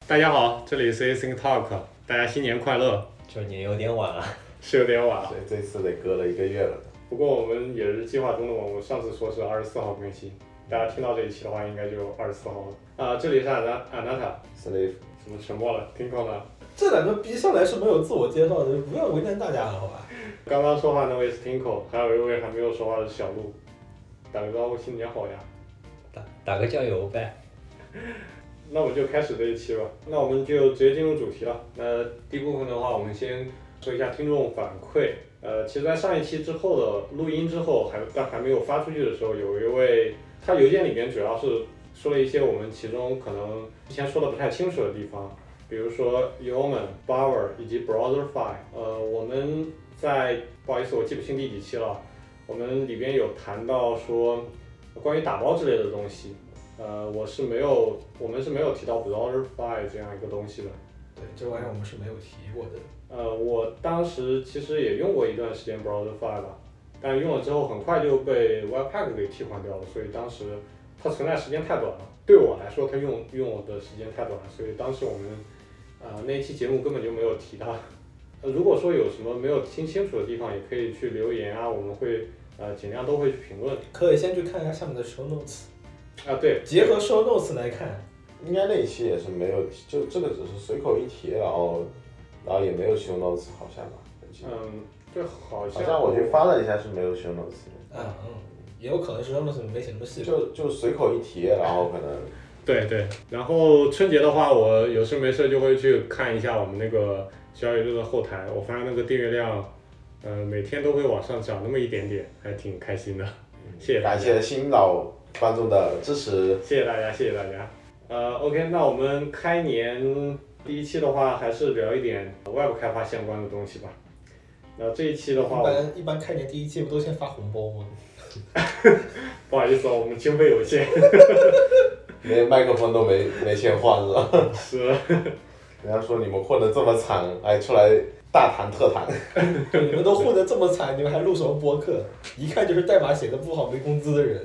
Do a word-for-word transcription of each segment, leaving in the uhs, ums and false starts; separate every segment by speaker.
Speaker 1: 大家好，这里是 Async Talk， 大家新年快乐。
Speaker 2: 这年有点晚了，
Speaker 1: 是有点晚了，
Speaker 3: 所以这次得隔了一个月了。
Speaker 1: 不过我们也是计划中的嘛，我上次说是二十四号更新，大家听到这一期的话，应该就二十四号了。啊、呃，这里是安娜安娜塔
Speaker 3: Slave，
Speaker 1: 怎么沉默了？听空了。
Speaker 2: 这两个逼上来是没有自我介绍的，不要为难大家了，好吧？
Speaker 1: 刚刚说话那位是 Tinko， 还有一位还没有说话的是小鹿，打个招呼，新年好呀！
Speaker 2: 打打个酱油呗。
Speaker 1: 那我们就开始这一期吧。那我们就直接进入主题了。那第一部分的话，我们先说一下听众反馈。呃，其实，在上一期之后的录音之后，还但还没有发出去的时候，有一位他邮件里面主要是说了一些我们其中可能之前说的不太清楚的地方，比如说 Yeoman、Bower 以及 Browserify。呃，我们在不好意思，我记不清第几期了。我们里边有谈到说关于打包之类的东西。呃，我是没有，我们是没有提到 Browserify 这样一个东西的。
Speaker 2: 对，这玩意儿我们是没有提过的。
Speaker 1: 呃，我当时其实也用过一段时间 Browserify 吧，但用了之后很快就被 Webpack 给替换掉了，所以当时它存在时间太短了。对我来说，它用用我的时间太短了，所以当时我们呃那一期节目根本就没有提它。呃，如果说有什么没有听清楚的地方，也可以去留言啊，我们会呃尽量都会去评论。
Speaker 2: 可以先去看一下下面的 show notes。
Speaker 1: 啊，对，
Speaker 2: 结合 show notes 来看，
Speaker 3: 应该那一期也是没有提，就这个只是随口一提，然后然后也没有 show notes 好像吧？
Speaker 1: 嗯，这好像
Speaker 3: 好像我去翻了一下是没有 show notes 的。
Speaker 2: 嗯嗯，也有可能是 show notes 没写那么细。
Speaker 3: 就就随口一提，然后可能。
Speaker 1: 对对，然后春节的话，我有事没事就会去看一下我们那个小宇宙的后台，我发现那个订阅量，呃，每天都会往上涨那么一点点，还挺开心的。谢谢大家，
Speaker 3: 感谢新老观众的支持，
Speaker 1: 谢谢大家，谢谢大家。呃 ，OK， 那我们开年第一期的话，还是聊一点 Web 开发相关的东西吧。那这一期的话，
Speaker 2: 一般一般开年第一期不都先发红包吗？
Speaker 1: 不好意思哦，我们经费有限。
Speaker 3: 连麦克风都没没钱换是吧？
Speaker 1: 是。
Speaker 3: 人家说你们混得这么惨，还出来大谈特谈。
Speaker 2: 你们都混得这么惨，你们还录什么播客？一看就是代码写的不好、没工资的人。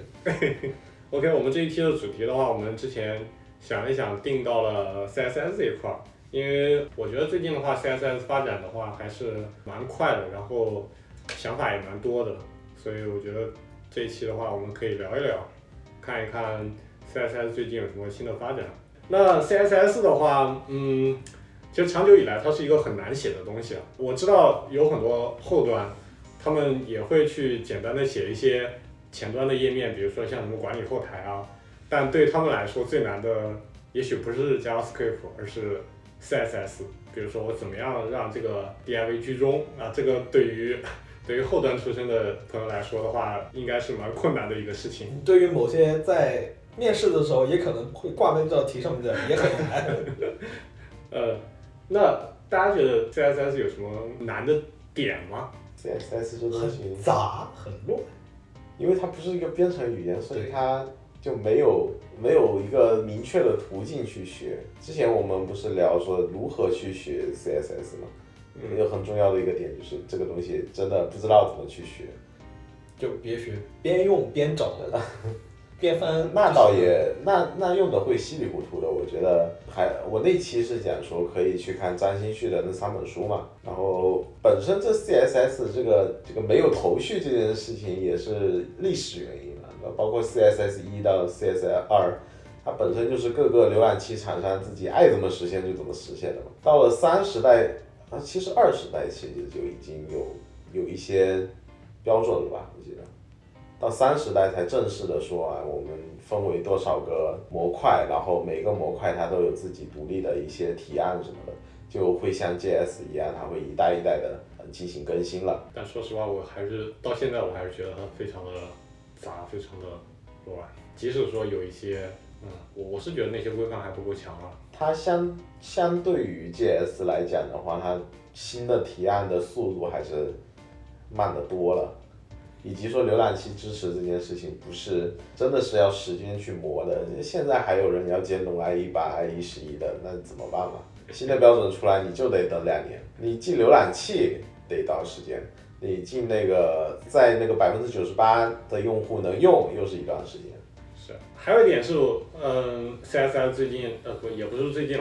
Speaker 1: OK， 我们这一期的主题的话，我们之前想一想定到了 C S S 这一块儿，因为我觉得最近的话 C S S 发展的话还是蛮快的，然后想法也蛮多的，所以我觉得这一期的话我们可以聊一聊，看一看 C S S 最近有什么新的发展。那 C S S 的话，嗯，其实长久以来它是一个很难写的东西啊。我知道有很多后端，他们也会去简单的写一些前端的页面，比如说像什么管理后台啊，但对他们来说最难的也许不是 JavaScript， 而是 C S S。比如说我怎么样让这个 D I V 居中啊，这个对于对于后端出身的朋友来说的话，应该是蛮困难的一个事情。
Speaker 2: 对于某些在面试的时候也可能会挂在这道题上面的也很难。
Speaker 1: 呃，那大家觉得 C S S 有什么难的点吗
Speaker 3: ？C S S 这东西
Speaker 2: 很杂很乱，
Speaker 3: 因为它不是一个编程语言，所以它就没有没有一个明确的途径去学。之前我们不是聊说如何去学 C S S 吗？一个很重要的一个点就是这个东西真的不知道怎么去学，
Speaker 2: 就别学，边用边找。边翻
Speaker 3: 那倒也，那那用的会稀里糊涂的，我觉得还我那期是讲说可以去看占星序的那三本书嘛，然后本身这 C S S 这个这个没有头绪这件事情也是历史原因了，包括 C S S 一到 C S S 二，它本身就是各个浏览器厂商自己爱怎么实现就怎么实现的嘛。到了三时代，啊，其实二时代其实就已经有有一些标准了吧，我记得。到三时代才正式的说啊，我们分为多少个模块，然后每个模块它都有自己独立的一些提案什么的，就会像 J S 一样，它会一代一代的进行更新了。
Speaker 1: 但说实话，我还是到现在我还是觉得它非常的杂，非常的乱。即使说有一些，嗯，我我是觉得那些规范还不够强啊。
Speaker 3: 它相相对于 J S 来讲的话，它新的提案的速度还是慢得多了。以及说浏览器支持这件事情不是真的是要时间去磨的，现在还有人要兼容 I 一百 I 一十一的，那怎么办嘛？新的标准出来你就得等两年，你进浏览器得到时间，你进那个在那个百分之九十八的用户能用又是一段时间。
Speaker 1: 是，还有一点是，嗯 ，C S S 最近呃不也不是最近了，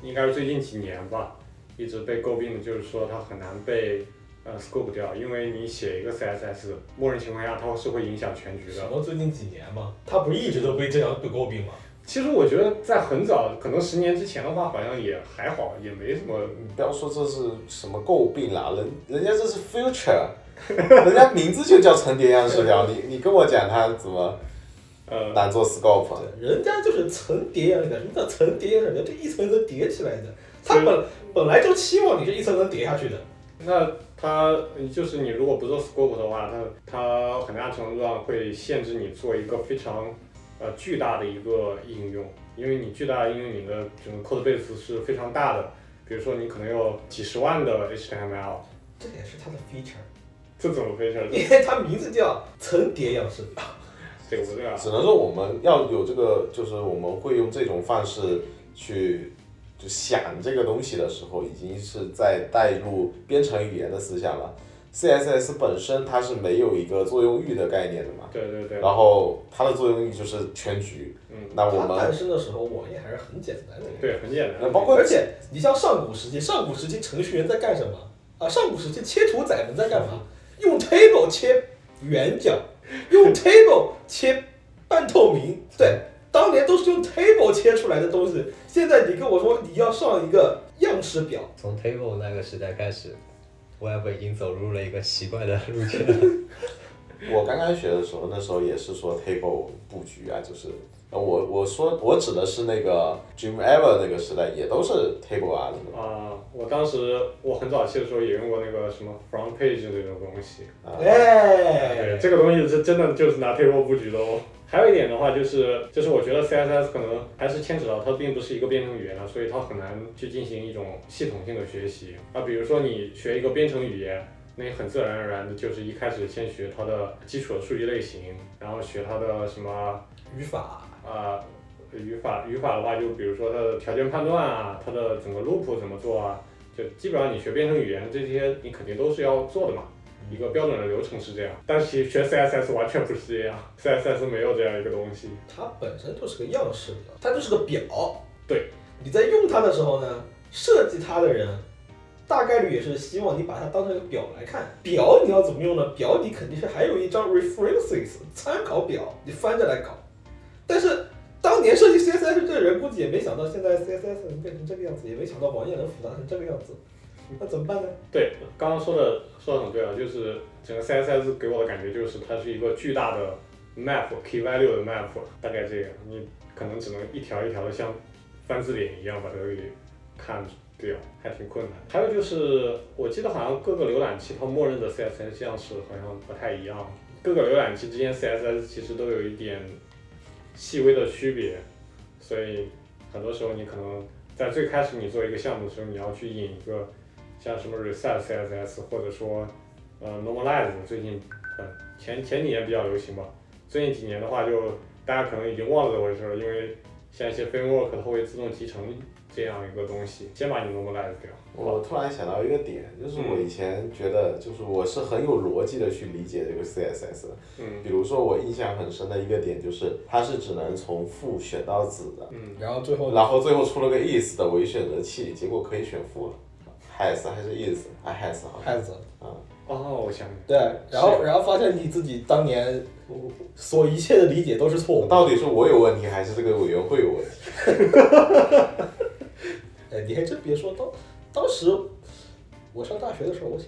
Speaker 1: 应该是最近几年吧，一直被诟病的就是说它很难被呃 scope 掉，因为你写一个 C S S， 默认情况下它是会影响全局的。
Speaker 2: 什么最近几年嘛？它不是一直都被这样被诟病吗？
Speaker 1: 其实我觉得在很早，可能十年之前的话，好像也还好，也没什么。
Speaker 3: 你不要说这是什么诟病啦，人人家这是 future， 人家名字就叫层叠样式表，你你跟我讲它怎么
Speaker 1: 呃
Speaker 3: 难做 scope？
Speaker 2: 对，人家就是层叠样式表，什么叫层叠样式表？这一层层叠起来的，它本本来就期望你是一层层叠下去的。
Speaker 1: 那它就是你如果不做 scope 的话，它它很大程度上会限制你做一个非常呃巨大的一个应用，因为你巨大的应用，你的整个 code base 是非常大的，比如说你可能有几十万的 H T M L，
Speaker 2: 这也是它的 feature。
Speaker 1: 这怎么 feature？
Speaker 2: 因为它名字叫层叠样式表。
Speaker 1: 这个不对啊。
Speaker 3: 只能说我们要有这个，就是我们会用这种方式去。就想这个东西的时候，已经是在带入编程语言的思想了。C S S 本身它是没有一个作用域的概念的嘛，
Speaker 1: 对对对。
Speaker 3: 然后它的作用域就是全局。
Speaker 1: 嗯。
Speaker 3: 那我们
Speaker 2: 它诞生的时候，网页还是很简单的。
Speaker 1: 对，很简单。
Speaker 3: 包括
Speaker 2: 而且你像上古时期，上古时期程序员在干什么啊？上古时期切图仔们在干嘛？用 table 切圆角，用 table 切半透明，对。当年都是用 table 切出来的东西，现在你跟我说你要上一个样式表。
Speaker 4: 从 table 那个时代开始 ，Web 已经走入了一个奇怪的路线。
Speaker 3: 我刚刚学的时候，那时候也是说 table 布局啊，就是我我说我指的是那个 Dreamweaver 那个时代，也都是 table 啊什么。
Speaker 1: 啊，我当时我很早期的时候也用过那个什么 front page 这种东西。
Speaker 2: 哎，
Speaker 1: 对，这个东西是真的就是拿 table 布局的哦。还有一点的话，就是就是我觉得 C S S 可能还是牵扯到它并不是一个编程语言了，所以它很难去进行一种系统性的学习啊。比如说你学一个编程语言，那你很自然而然的就是一开始先学它的基础的数据类型，然后学它的什么
Speaker 2: 语法
Speaker 1: 啊、呃，语法语法的话，就比如说它的条件判断啊，它的整个 loop 怎么做啊，就基本上你学编程语言这些你肯定都是要做的嘛。一个标准的流程是这样，但是学 C S S 完全不是这样 ，C S S 没有这样一个东西。
Speaker 2: 它本身就是个样式表，它就是个表。
Speaker 1: 对，
Speaker 2: 你在用它的时候呢，设计它的人大概率也是希望你把它当成一个表来看。表你要怎么用呢？表你肯定是还有一张 references 参考表，你翻着来搞。但是当年设计 C S S 这个人估计也没想到现在 C S S 能变成这个样子，也没想到网页能复杂成这个样子。那怎么办呢？
Speaker 1: 对，刚刚说的说的很对啊，就是整个 C S S 给我的感觉就是它是一个巨大的 map key value 的 map， 大概这样，你可能只能一条一条的像翻字典一样把它给看掉，还挺困难。还有就是我记得好像各个浏览器它默认的 C S S 样式好像不太一样，各个浏览器之间 C S S 其实都有一点细微的区别，所以很多时候你可能在最开始你做一个项目的时候，你要去引一个像什么 reset C S S 或者说呃 normalize， 最近呃前前几年比较流行吧，最近几年的话就大家可能已经忘了这回事了，因为像一些 framework 它会自动集成这样一个东西，先把你 normalize 掉。
Speaker 3: 我突然想到一个点，就是我以前觉得，就是我是很有逻辑的去理解这个 C S S 的。
Speaker 1: 嗯。
Speaker 3: 比如说我印象很深的一个点就是，它是只能从负选到子的。
Speaker 1: 嗯。
Speaker 2: 然后最后。
Speaker 3: 然后最后出了个 is 的伪选择器，结果可以选负了。has 还是 is？ 还 has 好像。
Speaker 2: has。
Speaker 3: 啊。
Speaker 1: 哦，我想。
Speaker 2: 对，然后然后发现你自己当年所一切的理解都是错误。
Speaker 3: 到底是我有问题，还是这个委员会有问题？
Speaker 2: 哎，你还真别说，当当时我上大学的时候，我写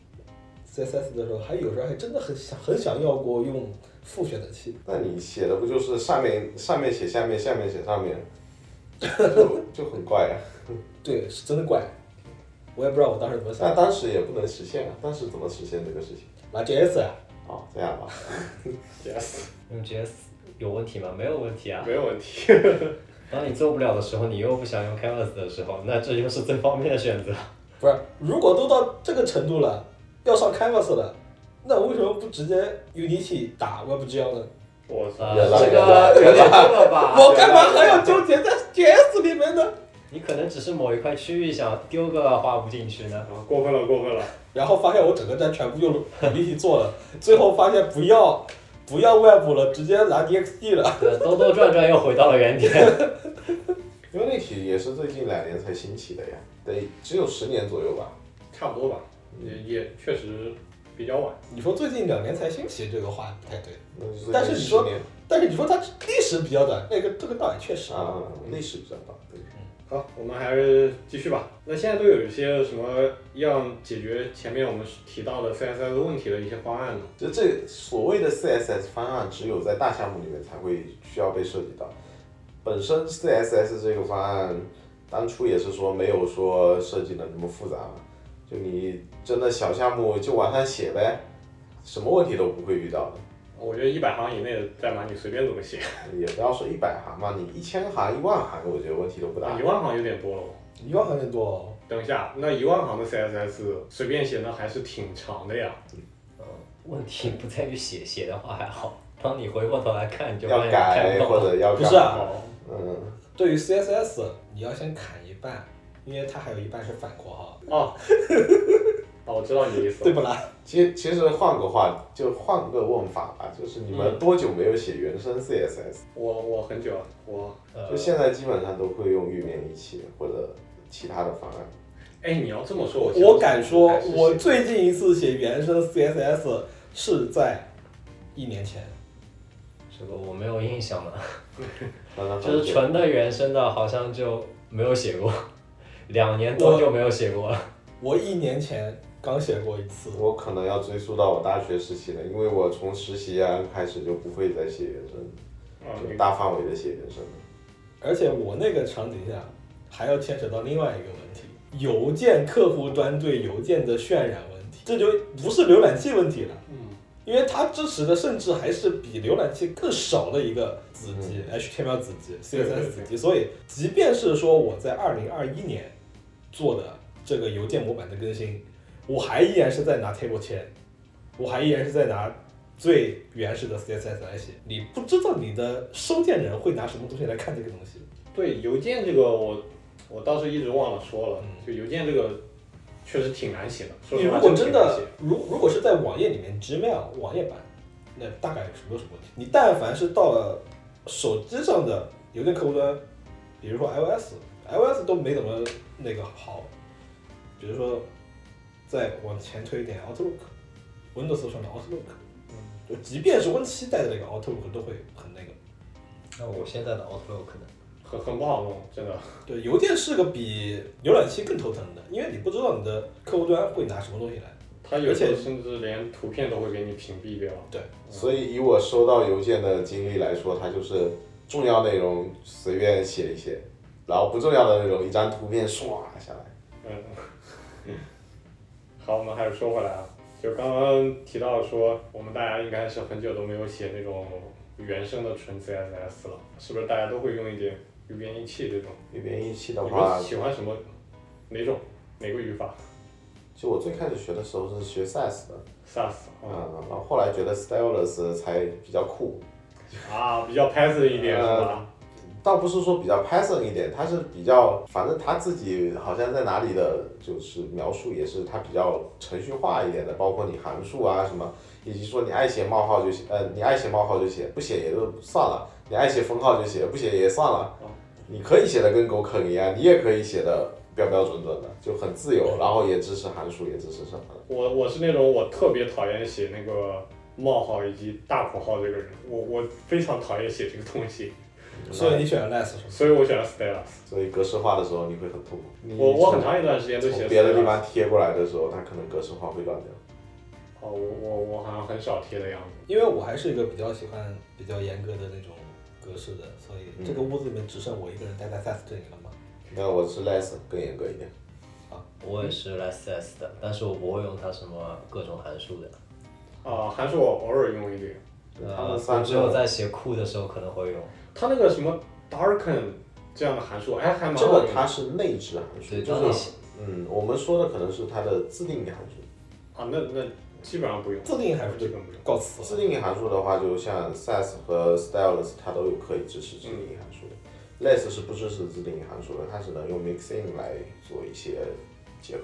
Speaker 2: C S S 的时候，还有时候还真的很想很想要过用副选择器。
Speaker 3: 那你写的不就是上面上面写下面，下面写上面，就就很怪啊。
Speaker 2: 对，是真的怪。我也不知道我当时怎么想。
Speaker 3: 那当时也不能实现啊，当时怎么实现这个事情？
Speaker 2: 拿 J S 啊。
Speaker 3: 哦，这样吧。
Speaker 1: Yes。
Speaker 4: 用 J S 有问题吗？没有问题啊。
Speaker 1: 没有问题。
Speaker 4: 当你做不了的时候，你又不想用 Canvas 的时候，那这就是最方便的选择。
Speaker 2: 不是，如果都到这个程度了，要上 Canvas 了，那我为什么不直接 Unity 打 WebGL 呢？
Speaker 1: 我操，
Speaker 4: 这个有点多了吧？
Speaker 2: 我干嘛还要纠结在 J S 里面呢？
Speaker 4: 你可能只是某一块区域想丢个画布进去呢。
Speaker 1: 啊，过分了，过分了。
Speaker 2: 然后发现我整个站全部用 Unity 做了，最后发现不要不要 Web 了，直接拿 D X D 了。
Speaker 4: 对，兜兜转转又回到了原点。
Speaker 3: Unity 也是最近两年才兴起的呀，得只有十年左右吧。
Speaker 1: 差不多吧，也也确实比较晚。
Speaker 2: 你说最近两年才兴起这个话不太对，
Speaker 3: 那就
Speaker 2: 但是你说
Speaker 3: 十年
Speaker 2: 但是你说它历史比较短，那个这个倒也确实
Speaker 3: 啊，历史比较短，对。
Speaker 1: 好，我们还是继续吧。那现在都有一些什么样解决前面我们提到的 C S S 问题的一些方案呢？
Speaker 3: 就这所谓的 C S S 方案，只有在大项目里面才会需要被涉及到。本身 C S S 这个方案当初也是说没有说设计的那么复杂嘛，就你真的小项目就往上写呗，什么问题都不会遇到的。
Speaker 1: 我觉得一百行以内的代码你随便怎么写，
Speaker 3: 也不要说一百行嘛，你一千行、一万行，我觉得问题都不大。
Speaker 1: 一万行有点多了。
Speaker 2: 一万行有点多哦。
Speaker 1: 等一下，那一万行的 C S S 随便写那还是挺长的呀。
Speaker 4: 问题不在于写，写的话还好，当你回过头来看，你就
Speaker 3: 要
Speaker 4: 发现看
Speaker 3: 改
Speaker 4: 不懂
Speaker 3: 或者要改。
Speaker 2: 不是啊，
Speaker 3: 嗯，
Speaker 2: 对于 C S S 你要先砍一半，因为它还有一半是反括号。
Speaker 1: 哦，哦，我知道你的意思了。
Speaker 2: 对不啦？
Speaker 3: 其其实换个话，就换个问法吧，就是你们多久没有写原生 C S S？、
Speaker 1: 嗯、我我很久了，我
Speaker 3: 就现在基本上都会用域名仪器或者其他的方案。
Speaker 1: 哎，你要这么说，我
Speaker 2: 我敢说，我最近一次写原生 C S S 是在一年前。
Speaker 4: 这个我没有印象了，
Speaker 3: 就
Speaker 4: 就是纯的原生的，好像就没有写过，两年多就没有写过了。
Speaker 2: 我一年前刚写过一次。
Speaker 3: 我可能要追溯到我大学时期了，因为我从实习啊开始就不会再写原生，就大范围的写原生。
Speaker 2: 而且我那个场景下还要牵扯到另外一个问题，邮件客户端对邮件的渲染问题，这就不是浏览器问题了。
Speaker 1: 嗯。
Speaker 2: 因为它支持的甚至还是比浏览器更少的一个子集、嗯、H T M L 子集 C S S 子集，所以即便是说我在二零二一年做的这个邮件模板的更新，我还依然是在拿 table 签，我还依然是在拿最原始的 C S S 来写，你不知道你的收件人会拿什么东西来看这个东西。
Speaker 1: 对，邮件这个我我倒是一直忘了说了，就邮件这个确实挺难写的。
Speaker 2: 你如果真的，如如果是在网页里面 Gmail 网页版，那大概是没有什么问题。你但凡是到了手机上的邮件客户端，比如说 iOS，iOS 都没怎么那个好。比如说，再往前推一点 Outlook，Windows 上的 Outlook， 就即便是 Win 七代的那个 Outlook 都会很那个。
Speaker 4: 那我现在的 Outlook 呢？
Speaker 1: 很很不好弄，真的。
Speaker 2: 对，邮件是个比浏览器更头疼的，因为你不知道你的客户端会拿什么东西来。
Speaker 1: 它有时候甚至连图片都会给你屏蔽掉。
Speaker 2: 对，
Speaker 3: 所以以我收到邮件的经历来说，它就是重要内容随便写一写，然后不重要的内容一张图片唰下来。
Speaker 1: 嗯。好，我们还是说回来啊，就刚刚提到说，我们大家应该是很久都没有写那种原生的纯 C S S 了，是不是大家都会用一点语编译器这种？
Speaker 3: 语编译器的话，
Speaker 1: 你们喜欢什么？哪种？哪个语法？
Speaker 3: 就我最开始学的时候是学 Sass 的
Speaker 1: ，Sass，
Speaker 3: 嗯，然后后来觉得 Stylus 才比较酷。
Speaker 1: 啊，比较 Python 一点、呃、是吧？
Speaker 3: 倒不是说比较 Python 一点，它是比较，反正他自己好像在哪里的，就是描述也是它比较程序化一点的，包括你函数啊什么，以及说你爱写冒号就写，呃，你爱写冒号就写，不写也就算了，你爱写分号就写，不写也算了。你可以写的跟狗啃一样，你也可以写的标标准准的，就很自由，然后也支持函数，也支持什么的。
Speaker 1: 我我是那种我特别讨厌写那个冒号以及大括号这个人，我我非常讨厌写这个东西。
Speaker 2: 所以你选了 Less 是吗？
Speaker 1: 所以我选了 Stylus。
Speaker 3: 所以格式化的时候你会很痛苦。
Speaker 1: 我我很长一段时间都写。
Speaker 3: 从别的地方贴过来的时候，它可能格式化会乱掉。
Speaker 1: 哦，我我我好像很少贴的样子。
Speaker 2: 因为我还是一个比较喜欢比较严格的那种格式的，所以这个屋子里面只剩我一个人待在 Sass 阵营了嘛。
Speaker 3: 那我是 Less 更严格一点。
Speaker 2: 啊，
Speaker 4: 我也是 Less S 的，但是我不会用它什么各种函数的。
Speaker 1: 啊，函数我偶尔用一点。
Speaker 4: 呃，我只有在写库的时候可能会用。
Speaker 1: 它那个什么 darken 这样的函数，哎，还蛮
Speaker 3: 好用的。这个它是内置函数，
Speaker 4: 对，
Speaker 3: 就是嗯，我们说的可能是它的自定义函数。
Speaker 1: 啊，那那基本上不用。
Speaker 2: 自定义函数
Speaker 1: 基本不用。
Speaker 2: 告辞。
Speaker 3: 自定义函数的话，就像 Sass 和 Stylus 它都有可以支持自定义函数的。嗯、Less 是不支持自定义函数的，它只能用 mixin 来做一些结合。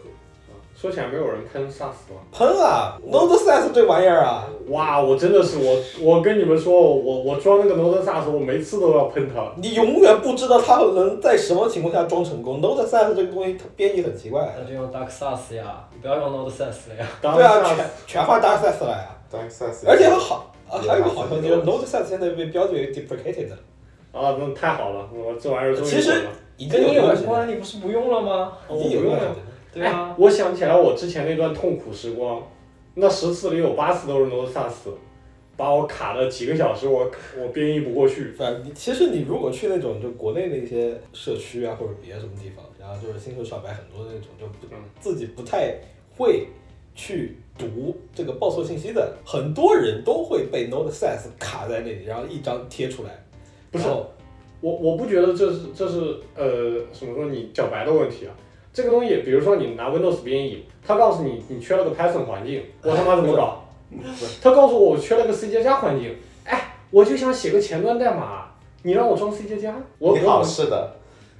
Speaker 1: 说起来，没有人喷 S A S 吗？
Speaker 2: 喷啊 ！Node S A S 这玩意儿啊，
Speaker 1: 哇，我真的是我，我跟你们说，我我装那个 Node S A S，我每次都要喷它。
Speaker 2: 你永远不知道它能在什么情况下装成功。Node S A S 这个东西它编译很奇怪。
Speaker 4: 那就用 Dark S A S 呀，你不要用 Node S A S 了呀。
Speaker 2: 对啊，全全换 Dark S A S 了呀。
Speaker 3: Dark S A S，
Speaker 2: 而且还好，啊，还有一个好消息就是 Node S A S 现在被标记为 deprecated。
Speaker 1: 啊，那太好了，我这玩意儿终于
Speaker 2: 其实
Speaker 1: 稳了。
Speaker 2: 已经
Speaker 4: 跟你有
Speaker 2: 有段时间
Speaker 4: 关，你不是不用了吗？
Speaker 2: 已经有段时间。
Speaker 4: 对啊
Speaker 1: 哎，我想起来我之前那段痛苦时光，那十次里有八次都是 Node S A S，把我卡了几个小时，我我编译不过去。
Speaker 2: 反正你其实你如果去那种就国内的一些社区啊或者别什么地方，然后就是新手小白很多的那种就不自己不太会去读这个报错信息的，很多人都会被 Node S A S 卡在那里，然后一张贴出来。
Speaker 1: 不是，我我不觉得这是这是呃怎么说你小白的问题啊。这个东西，比如说你拿 Windows 编译，他告诉你你缺了个 Python 环境，我他妈怎么搞？他告诉我我缺了个 C 加加环境，哎，我就想写个前端代码，你让我装 C 加加，我
Speaker 3: 你好，是的。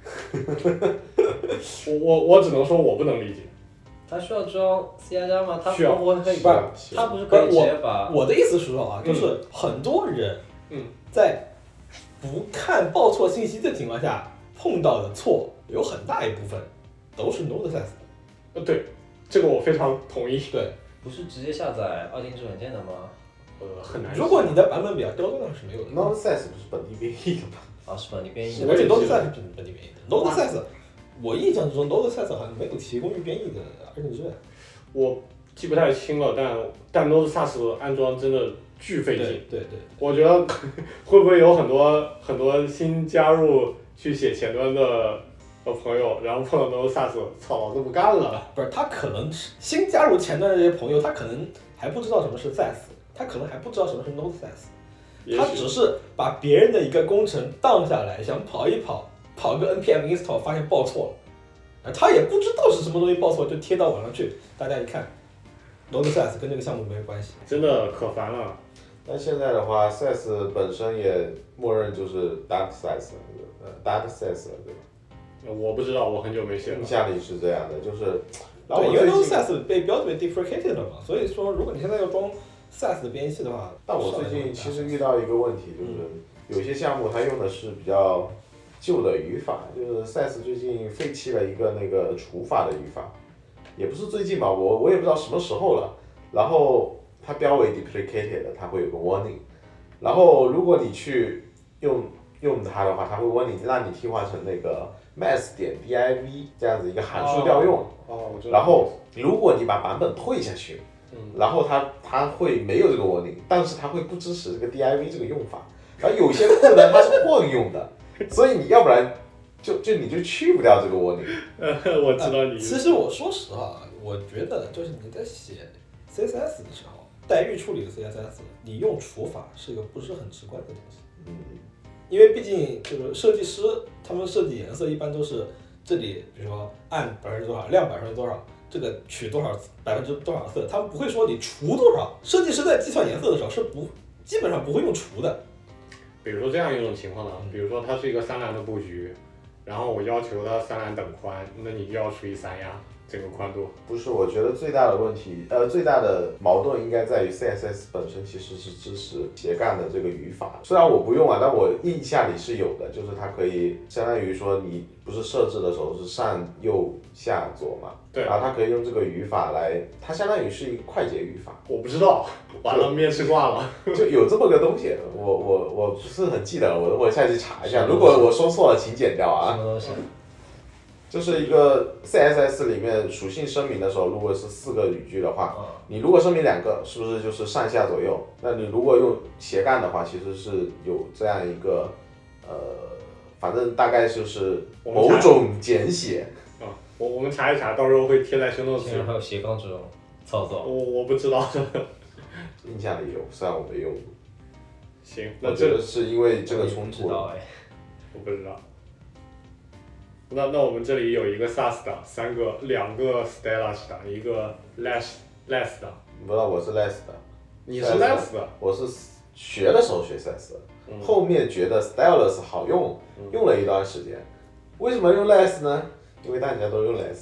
Speaker 1: 我我我只能说我不能理解。
Speaker 4: 他需要装 C 加加吗？他
Speaker 1: 需要
Speaker 4: 不可以，
Speaker 2: 不
Speaker 3: 是
Speaker 4: 他不是可以直接把
Speaker 2: 我的意思是说啊，就是很多人
Speaker 1: 嗯
Speaker 2: 在不看报错信息的情况下碰到的错，有很大一部分都是 Node S A S。
Speaker 1: 呃，对，这个我非常同意。
Speaker 2: 对，
Speaker 4: 不是直接下载二进制软件的吗？
Speaker 1: 呃，很难。
Speaker 2: 如果你的版本比较刁钻的是没有的。
Speaker 3: Node S A S 不是本地编译的吗？
Speaker 4: 啊，是本地编译的。
Speaker 2: 而且 Node S A S 是本地编译的。Node S A S，我印象中 Node S A S 好像没有提供预编译的二进制。
Speaker 1: 我记不太清了，但但 Node S A S 安装真的巨费劲。
Speaker 2: 对对对。
Speaker 1: 我觉得会不会有很多很多新加入去写前端的的朋友，然后碰到 Node S A S，操，老子不干了。
Speaker 2: 不是，他可能新加入前端的这些朋友，他可能还不知道什么是 S A S， 他可能还不知道什么是 Node S A S， 他只是把别人的一个工程荡下来，想跑一跑，跑个 npm install， 发现报错了，他也不知道是什么东西报错，就贴到网上去，大家一看 Node S A S 跟这个项目没有关系，
Speaker 1: 真的可烦了。
Speaker 3: 但现在的话 ，S A S 本身也默认就是 Dark S A S， 呃 ，Dark S A S 对吧？
Speaker 1: 我不知道，我很久没写了。
Speaker 3: 印象里是这样的，就是，然后
Speaker 2: 对，因为
Speaker 3: 我最
Speaker 2: Node
Speaker 3: 近
Speaker 2: S A S 被标记为 deprecated 了嘛，所以说如果你现在要装 S A S 的编译器的话，
Speaker 3: 但我最近其实遇到一个问题，就是有些项目它用的是比较旧的语法，就是 S A S 最近废弃了一个那个除法的语法，也不是最近吧，我我也不知道什么时候了，然后它标为 deprecated， 它会有个 warning， 然后如果你去用用它的话，它会问你让你替换成那个 mass 点 div 这样子一个函数调用，
Speaker 1: 哦，我知道。
Speaker 3: 然后如果你把版本退下去，
Speaker 1: 嗯，
Speaker 3: 然后它它会没有这个 warning， 但是它会不支持这个 div 这个用法，然后有些库呢它是混用的，所以你要不然就就你就去不掉这个 warning。
Speaker 1: 我知道你。
Speaker 2: 其实我说实话，我觉得就是你在写 C S S 的时候，代域处理的 C S S， 你用除法是一个不是很直观的东西。
Speaker 3: 嗯，
Speaker 2: 因为毕竟就是设计师他们设计颜色一般都是这里，比如说暗百分之多少，亮百分之多少，这个取多少百分之多少色，他们不会说你除多少。设计师在计算颜色的时候是不基本上不会用除的。
Speaker 1: 比如说这样一种情况呢，比如说它是一个三栏的布局，然后我要求它三栏等宽，那你就要除以三呀，这个宽度。
Speaker 3: 不是，我觉得最大的问题，呃，最大的矛盾应该在于 C S S 本身其实是支持斜杠的这个语法，虽然我不用啊，但我印象里是有的，就是它可以相当于说你不是设置的时候是上右下左嘛，
Speaker 1: 对，
Speaker 3: 然后它可以用这个语法来，它相当于是一个快捷语法。
Speaker 1: 我不知道，完了面试挂了。
Speaker 3: 就有这么个东西，我我我不是很记得，我我下去查一下，如果我说错了，请剪掉啊。
Speaker 4: 什么东西？
Speaker 3: 就是一个 C S S 里面属性声明的时候，如果是四个语句的话，你如果声明两个，是不是就是上下左右？那你如果用斜杠的话，其实是有这样一个，呃，反正大概就是某种简写。
Speaker 1: 啊，我我们查一查，到时候会贴在show notes。
Speaker 4: 竟然还有斜杠这种操作？
Speaker 1: 我我不知道。
Speaker 3: 印象里有，虽然我没用过。
Speaker 1: 行，
Speaker 3: 我觉得是因为这个冲突。
Speaker 1: 我不知道。那那我们这里有一个 S A S 的，三个两个 Stylish 的，一个 less less 的。
Speaker 3: 不知道我是 less 的。
Speaker 1: 你是 less 的？
Speaker 3: 我是学的时候学 S A S 的，嗯、后面觉得 stylus 好用，嗯、用了一段时间。为什么用 less 呢？因为大家都用 less。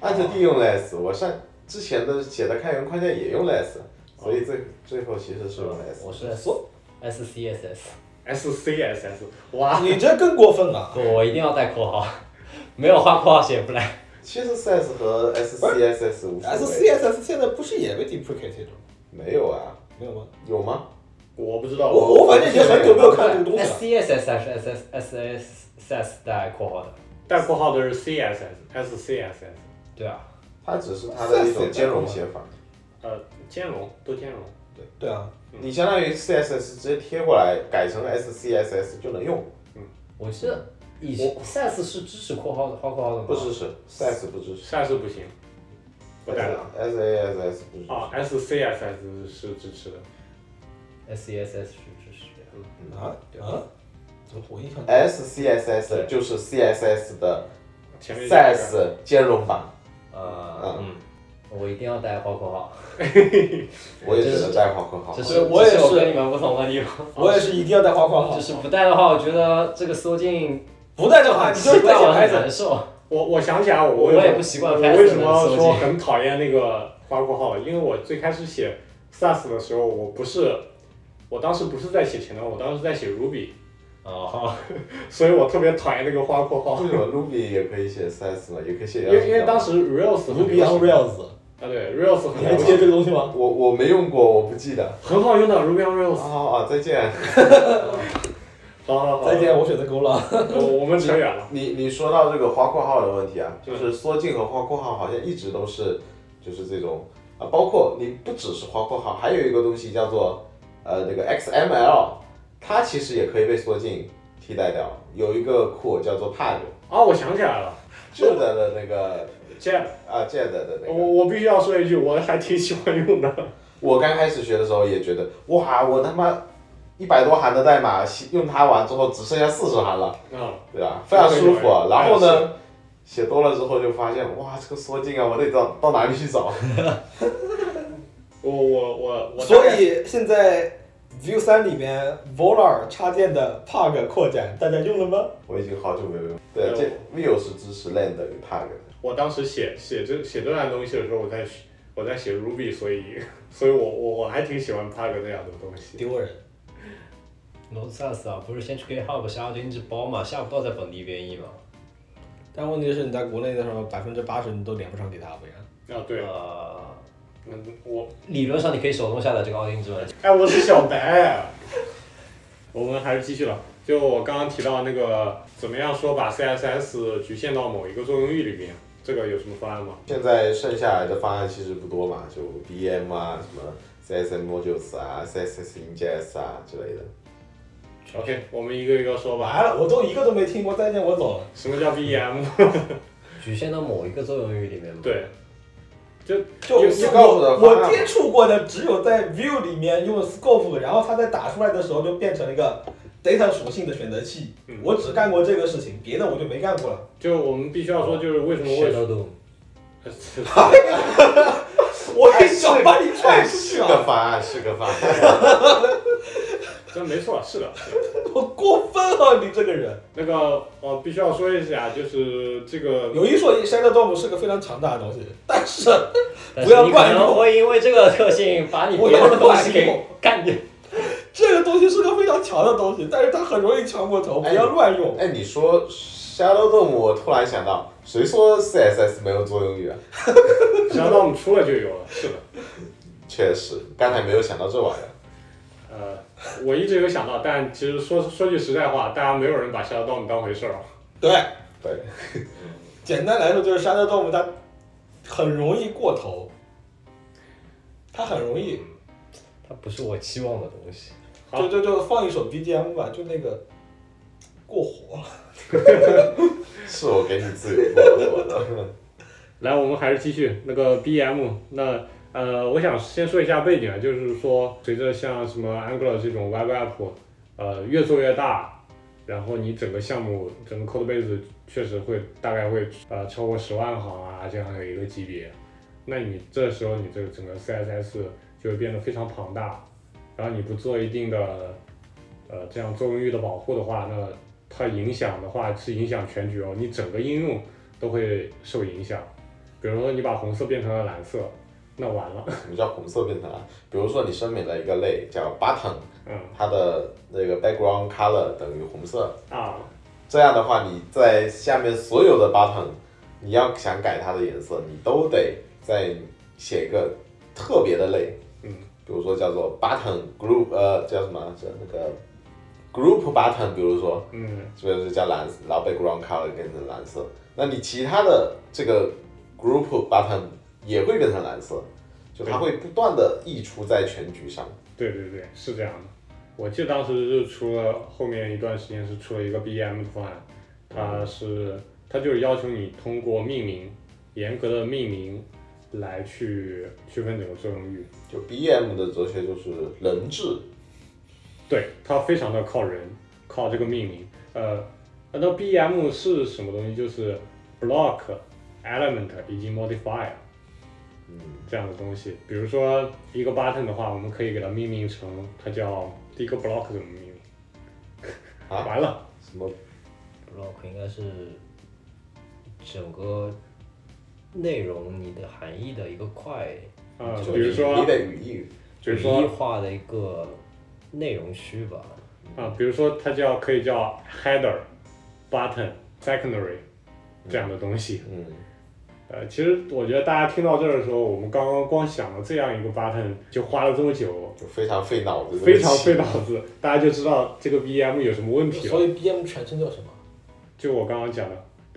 Speaker 3: 艾特 D 用 less， 我上之前的写的开源框架也用 less， 所以最最后其实是用 less。
Speaker 4: 我是 S C S S。
Speaker 1: S C S S， 哇！
Speaker 2: 你这更过分了。
Speaker 4: 我一定要带括号，没有画括号写不来。
Speaker 3: 其实 C S 和 S C S S 无所谓。
Speaker 2: S C S S 现在不是也被 deprecated 了？
Speaker 3: 没有啊，
Speaker 2: 没有吗？
Speaker 3: 有吗？
Speaker 1: 我不知道。
Speaker 2: 我我反正已经很久没有看这个东西了。
Speaker 4: S C S S 还是 S S S S S 带括号的？
Speaker 1: 带括号的是 C S S，S C S S。
Speaker 4: 对啊。
Speaker 3: 它只是它的一种兼容写法。
Speaker 1: 呃，兼容都兼容。
Speaker 3: 对。
Speaker 2: 对啊。
Speaker 3: 你相当于 C S S 直接贴过来，改成 S C S S 就能用。
Speaker 4: 嗯，我记得以前 S S 是支持括号的，画括号的吗？
Speaker 3: 不支持 ，C S 不支持。
Speaker 1: C S 不行，不带了。
Speaker 3: S A S S 不支持。
Speaker 1: 啊 ，S C S S 是支持的。
Speaker 4: S C S S 是支持的。
Speaker 2: 嗯啊啊？怎么我印象
Speaker 3: ？S C S S 就是 C S S 的
Speaker 1: C
Speaker 3: S 兼容版。
Speaker 4: 呃嗯。我一定要带画括号，
Speaker 3: 我也觉得带画括号。
Speaker 4: 这是
Speaker 2: 我也是
Speaker 4: 我跟你们不同的地方。
Speaker 2: 我也是一定要带画括号。
Speaker 4: 就是不带的话，我觉得这个缩进
Speaker 2: 不带的话，你就是在写
Speaker 4: 我很难受。
Speaker 1: 我我想起来我
Speaker 4: 我也不习惯。
Speaker 1: 我为什么说很讨厌那个画括号了？因为我最开始写 S A S 的时候，我不是，我当时不是在写前端，我当时在写 Ruby。
Speaker 4: 哦，
Speaker 1: 所以我特别讨厌那个花括号。
Speaker 3: 为什么 Ruby 也可以写 S A S 嘛？也可以写。
Speaker 1: 因为因为当时 Rails
Speaker 2: Ruby on Rails。
Speaker 1: 啊对 ，Rails 很。
Speaker 2: 你还记得这个东西吗？
Speaker 3: 我我没用过，我不记得。
Speaker 1: 很好用的 Ruby on Rails。
Speaker 3: 好好好，再见。
Speaker 1: 好好好。
Speaker 2: 再见，我选择勾了。
Speaker 1: 我我们扯远了。
Speaker 3: 你你说到这个花括号的问题啊，就是缩进和花括号好像一直都是就是这种啊，包括你不只是花括号，还有一个东西叫做呃那个 X M L。它其实也可以被缩进替代掉，有一个库叫做 Pad。
Speaker 1: 哦，我想起来了
Speaker 3: ，J 的那个
Speaker 1: J
Speaker 3: 啊 J 的那个。
Speaker 1: 我我必须要说一句，我还挺喜欢用的。
Speaker 3: 我刚开始学的时候也觉得，哇，我他妈一百多行的代码用它完之后只剩下四十行了，
Speaker 1: 嗯，
Speaker 3: 对吧？非常舒服。然后呢，写多了之后就发现，哇，这个缩进啊，我得到到哪里去找？
Speaker 1: 我我我我。
Speaker 2: 所以现在。Vue 三里面 Volar 插件的 Pug 扩展，大家用了吗？
Speaker 3: 我已经好久没有用。对，这 Vue 是支持 len 等于 Pug 的。
Speaker 1: 我当时写写这写这段东西的时候，我在我在写 Ruby， 所以所以我我我还挺喜欢 Pug 这样的东西。
Speaker 2: 丢人。
Speaker 4: Node.js 啊，不是先去 GitHub 下了一只包嘛，下不到在本地编译嘛。
Speaker 2: 但问题是你在国内的时候，百分之八十你都连不上 GitHub 呀。
Speaker 1: 啊，对。
Speaker 4: 呃。
Speaker 1: 嗯，我
Speaker 4: 理论上你可以手动下载这个奥丁之文。
Speaker 1: 哎，我是小白。我们还是继续了。就我刚刚提到那个，怎么样说把 C S S 局限到某一个作用域里面，这个有什么方案吗？
Speaker 3: 现在剩下来的方案其实不多嘛，就 B M 啊，什么 C S S Modules 啊 ，C S S Ingest 啊之类的。
Speaker 1: OK， 我们一个一个说吧。
Speaker 2: 完了，我都一个都没听过，再见，我走了。
Speaker 1: 什么叫 B M？
Speaker 4: 局限到某一个作用域里面吗？
Speaker 1: 对。就
Speaker 2: 就我我接触过的只有在 Vue 里面用 Scope， 然后它在打出来的时候就变成了一个 data 属性的选择器。嗯、我只干过这个事情，别的我就没干过了。
Speaker 1: 就我们必须要说，就是为什么会。
Speaker 2: 我一脚把你踹出去
Speaker 3: 啊！是个方案，是个方案。
Speaker 1: 真没错，是的。
Speaker 2: 好过分啊！你这个人。
Speaker 1: 那个，我必须要说一下，就是这个。
Speaker 2: 有一说一 ，Shadow D O M 是个非常强大的东西，但是
Speaker 4: 不
Speaker 2: 要乱用。
Speaker 4: 会因为这个特性把你别的东西给干掉。
Speaker 2: 这个东西是个非常强的东西，但是它很容易强过头，不要乱用。
Speaker 3: 哎，你说 Shadow D O M， 我突然想到，谁说 C S S 没有作用域啊
Speaker 1: ？Shadow D O M 出了就有了，是的。
Speaker 3: 确实，刚才没有想到这玩意儿。
Speaker 1: 呃，我一直有想到，但其实说说句实在话，大家没有人把 Shadow D O M 当回事儿。
Speaker 2: 对
Speaker 3: 对，
Speaker 2: 简单来说就是 Shadow D O M 它很容易过头，它很容易，
Speaker 4: 它不是我期望的东西。
Speaker 2: 就就就放一首 B G M 吧，就那个过火。
Speaker 3: 是我给你自由过火的。
Speaker 1: 来，我们还是继续那个 B M 那。呃，我想先说一下背景啊，就是说，随着像什么 Angular 这种 Web App， 呃，越做越大，然后你整个项目整个 code base 确实会大概会呃超过十万行啊这样的一个级别，那你这时候你这个整个 C S S 就会变得非常庞大，然后你不做一定的呃这样作用域的保护的话，那它影响的话是影响全局哦，你整个应用都会受影响。 比如说你把红色变成了蓝色，那完了。
Speaker 3: 什么叫红色变成蓝？比如说你声明了一个类叫 button，
Speaker 1: 嗯
Speaker 3: 它的那个 background color 等于红色，
Speaker 1: 啊，
Speaker 3: 这样的话你在下面所有的 button，你要想改它的颜色，你都得再写一个特别的类，
Speaker 1: 嗯，
Speaker 3: 比如说叫做 button group，呃，叫什么？叫那个 group button，比如说，
Speaker 1: 嗯，
Speaker 3: 是不是叫蓝，然后 background color 变成蓝色？那你其他的这个 group button 也会变成蓝色，就它会不断的溢出在全局上。
Speaker 1: 对对对，是这样的。我记得当时就出了后面一段时间是出了一个 B M 的方案，它是它就是要求你通过命名，严格的命名来去区分整个作用域。
Speaker 3: 就 B M 的哲学就是人治，
Speaker 1: 对，它非常的靠人，靠这个命名。呃，那 B M 是什么东西？就是 block、element 以及 modifier
Speaker 3: 嗯，
Speaker 1: 这样的东西。比如说一个 button 的话，我们可以给它命名成它叫第一个 block 怎么命名？
Speaker 3: 啊
Speaker 1: 完了，
Speaker 3: 什么
Speaker 4: block 应该是整个内容你的含义的一个块，
Speaker 1: 啊、
Speaker 3: 就
Speaker 1: 比如说
Speaker 3: 你的语义，
Speaker 1: 比如
Speaker 4: 语义
Speaker 1: 说
Speaker 4: 化的一个内容区吧。
Speaker 1: 啊，比如说它叫可以叫 header、button、secondary 这样的东西。
Speaker 3: 嗯，
Speaker 1: 呃，其实我觉得大家听到这儿的时候，我们刚刚光想了这样一个 button 就花了这么久，
Speaker 3: 就非常费脑子，
Speaker 1: 非常费脑子，大家就知道这个 B M 有什么问题了。
Speaker 2: 所以 B M 全称叫什么？
Speaker 1: 就我刚刚讲的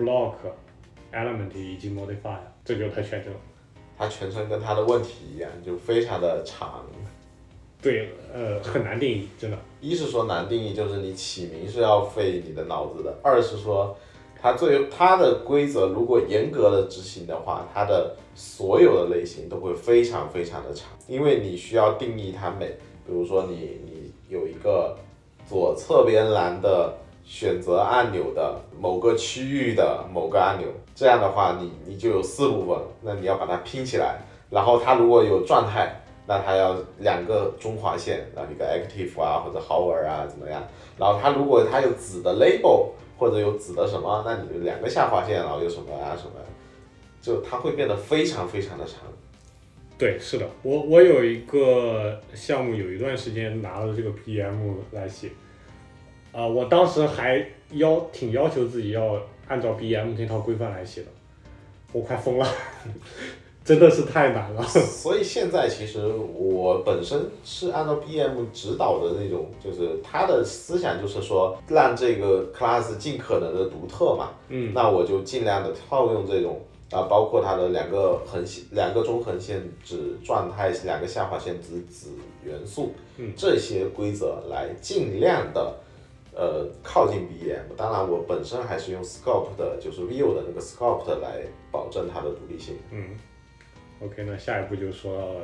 Speaker 1: block、element 以及 modifier， 这就是它全称。
Speaker 3: 它全称跟它的问题一样，就非常的长。
Speaker 1: 对，呃，很难定义，真的。
Speaker 3: 一是说难定义，就是你起名是要费你的脑子的；二是说它最它的规则如果严格的执行的话，它的所有的类型都会非常非常的长，因为你需要定义它每，比如说你你有一个左侧边栏的选择按钮的某个区域的某个按钮，这样的话你你就有四部分，那你要把它拼起来，然后它如果有状态，那它要两个中划线，然后一个 active 啊或者 hover 啊怎么样，然后它如果它有子的 label 或者有子的什么，那你就两个下划线，然后有什么啊什么，就它会变得非常非常的长。
Speaker 1: 对，是的，我我有一个项目，有一段时间拿了这个 P M 来写，啊、我当时还要挺要求自己要按照 B M 这套规范来写的，我快疯了，真的是太难了。
Speaker 3: 所以现在其实我本身是按照 B M 指导的那种，就是他的思想就是说让这个 class 尽可能的独特嘛，
Speaker 1: 嗯，
Speaker 3: 那我就尽量的套用这种啊，包括它的两个横线、两个中横线指状态，两个下划线指子元素，
Speaker 1: 嗯，
Speaker 3: 这些规则来尽量的呃靠近 B M。当然，我本身还是用 scope 的，就是 view 的那个 scope 的来保证它的独立性。
Speaker 1: 嗯，OK，那下一步就说到了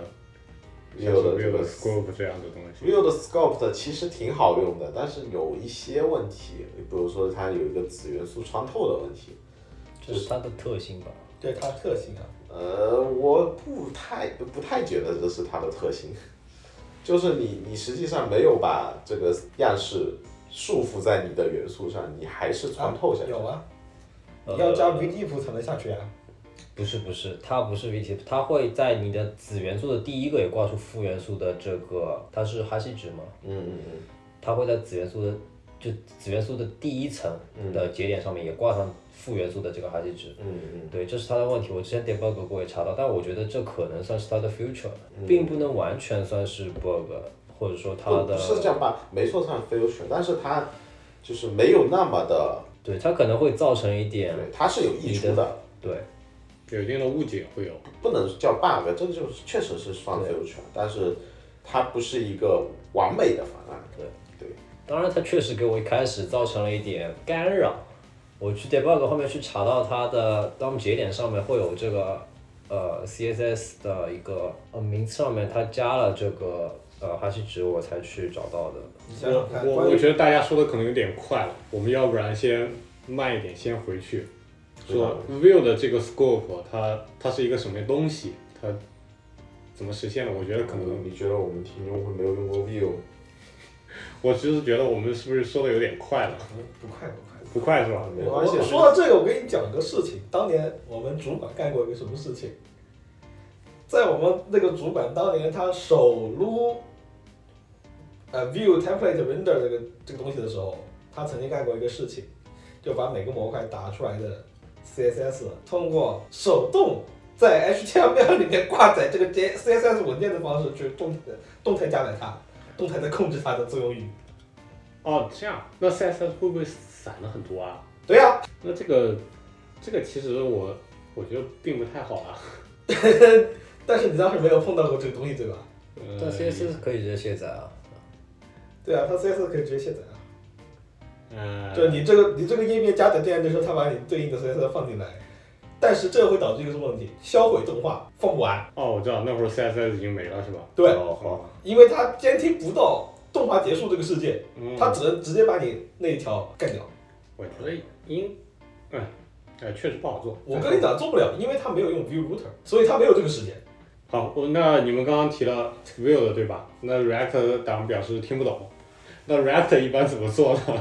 Speaker 3: view 的这个
Speaker 1: scope 这样的东西。
Speaker 3: view 的 scope 其实挺好用的，但是有一些问题，比如说它有一个子元素穿透的问题。
Speaker 4: 这是它的特性吧？
Speaker 2: 对它特性啊。
Speaker 3: 呃，我不太不太觉得这是它的特性，就是你你实际上没有把这个样式束缚在你的元素上，你还是穿透下去。
Speaker 2: 有啊，
Speaker 4: 呃
Speaker 2: 你要加 vdiff 才能下去啊。
Speaker 4: 不是不是，它不是 V T， 它会在你的子元素的第一个也挂出负元素的这个，它是哈希值嘛？
Speaker 3: 嗯嗯嗯。
Speaker 4: 它会在子元素的就子元素的第一层的节点上面也挂上负元素的这个哈希值。
Speaker 3: 嗯嗯。
Speaker 4: 对，这是它的问题。我之前 debug 过也查到，但我觉得这可能算是它的 feature，、并不能完全算是 bug， 或者说它的
Speaker 3: 不是这样吧？没错，算 feature，但是它就是没有那么的，
Speaker 4: 对，它可能会造成一点
Speaker 3: 对，它是有溢出的。
Speaker 4: 对。
Speaker 1: 有一定的误解会有，
Speaker 3: 不能叫 bug，这就是确实是算 feature，但是它不是一个完美的方案。
Speaker 4: 对
Speaker 3: 对，
Speaker 4: 当然它确实给我一开始造成了一点干扰。我去 debug 后面去查到它的 D O M 节点上面会有这个呃 C S S 的一个呃名字上面它加了这个呃哈希值，我才去找到的。
Speaker 2: 你想想看，
Speaker 1: 我
Speaker 2: 关于
Speaker 1: 我觉得大家说的可能有点快了，我们要不然先慢一点，先回去说 view 的这个 scope， 它它是一个什么东西，它怎么实现的？我觉得可能，
Speaker 3: 你觉得我们听众会没有用过 view？
Speaker 1: 我只是觉得我们是不是说的有点快了？
Speaker 2: 不快不快，
Speaker 1: 不快是吧？
Speaker 3: 没关系
Speaker 2: 我说到这个，我跟你讲个事情，当年我们主管干过一个什么事情，在我们那个主管当年他手撸呃 View Template Render 这个这个东西的时候，他曾经干过一个事情，就把每个模块打出来的 C S S 通过手动在 H T M L 里面挂载这个 C S S 文件的方式去动态动态加载它，动态的控制它的作用语。
Speaker 1: 哦，这样，那 C S S 会不会散了很多啊？
Speaker 2: 对呀、啊，
Speaker 1: 那这个这个其实我我觉得并不太好啊。
Speaker 2: 但是你当时没有碰到过这个东西对吧？
Speaker 4: 但 C S S 可以直接卸载啊。
Speaker 2: 对啊，它 C S S 可以直接卸载啊。
Speaker 1: 呃，
Speaker 2: 就你这个你这个页面加载进来的时候，它把你对应的 C S S 放进来，但是这会导致一个什么问题？销毁动画放不完。
Speaker 1: 哦，我知道，那会儿 C S S 已经没了是吧？
Speaker 2: 对，
Speaker 4: 哦好，
Speaker 2: 因为它监听不到动画结束这个事件，
Speaker 1: 嗯，
Speaker 2: 它只能直接把你那一条干掉。
Speaker 1: 我觉得应，哎，哎，确实不好做。
Speaker 2: 我跟你讲，做不了，因为它没有用 View Router，所以它没有这个时间。
Speaker 1: 好，我那你们刚刚提了 Vue 的对吧？那 React 党表示听不懂，那 React 一般怎么做呢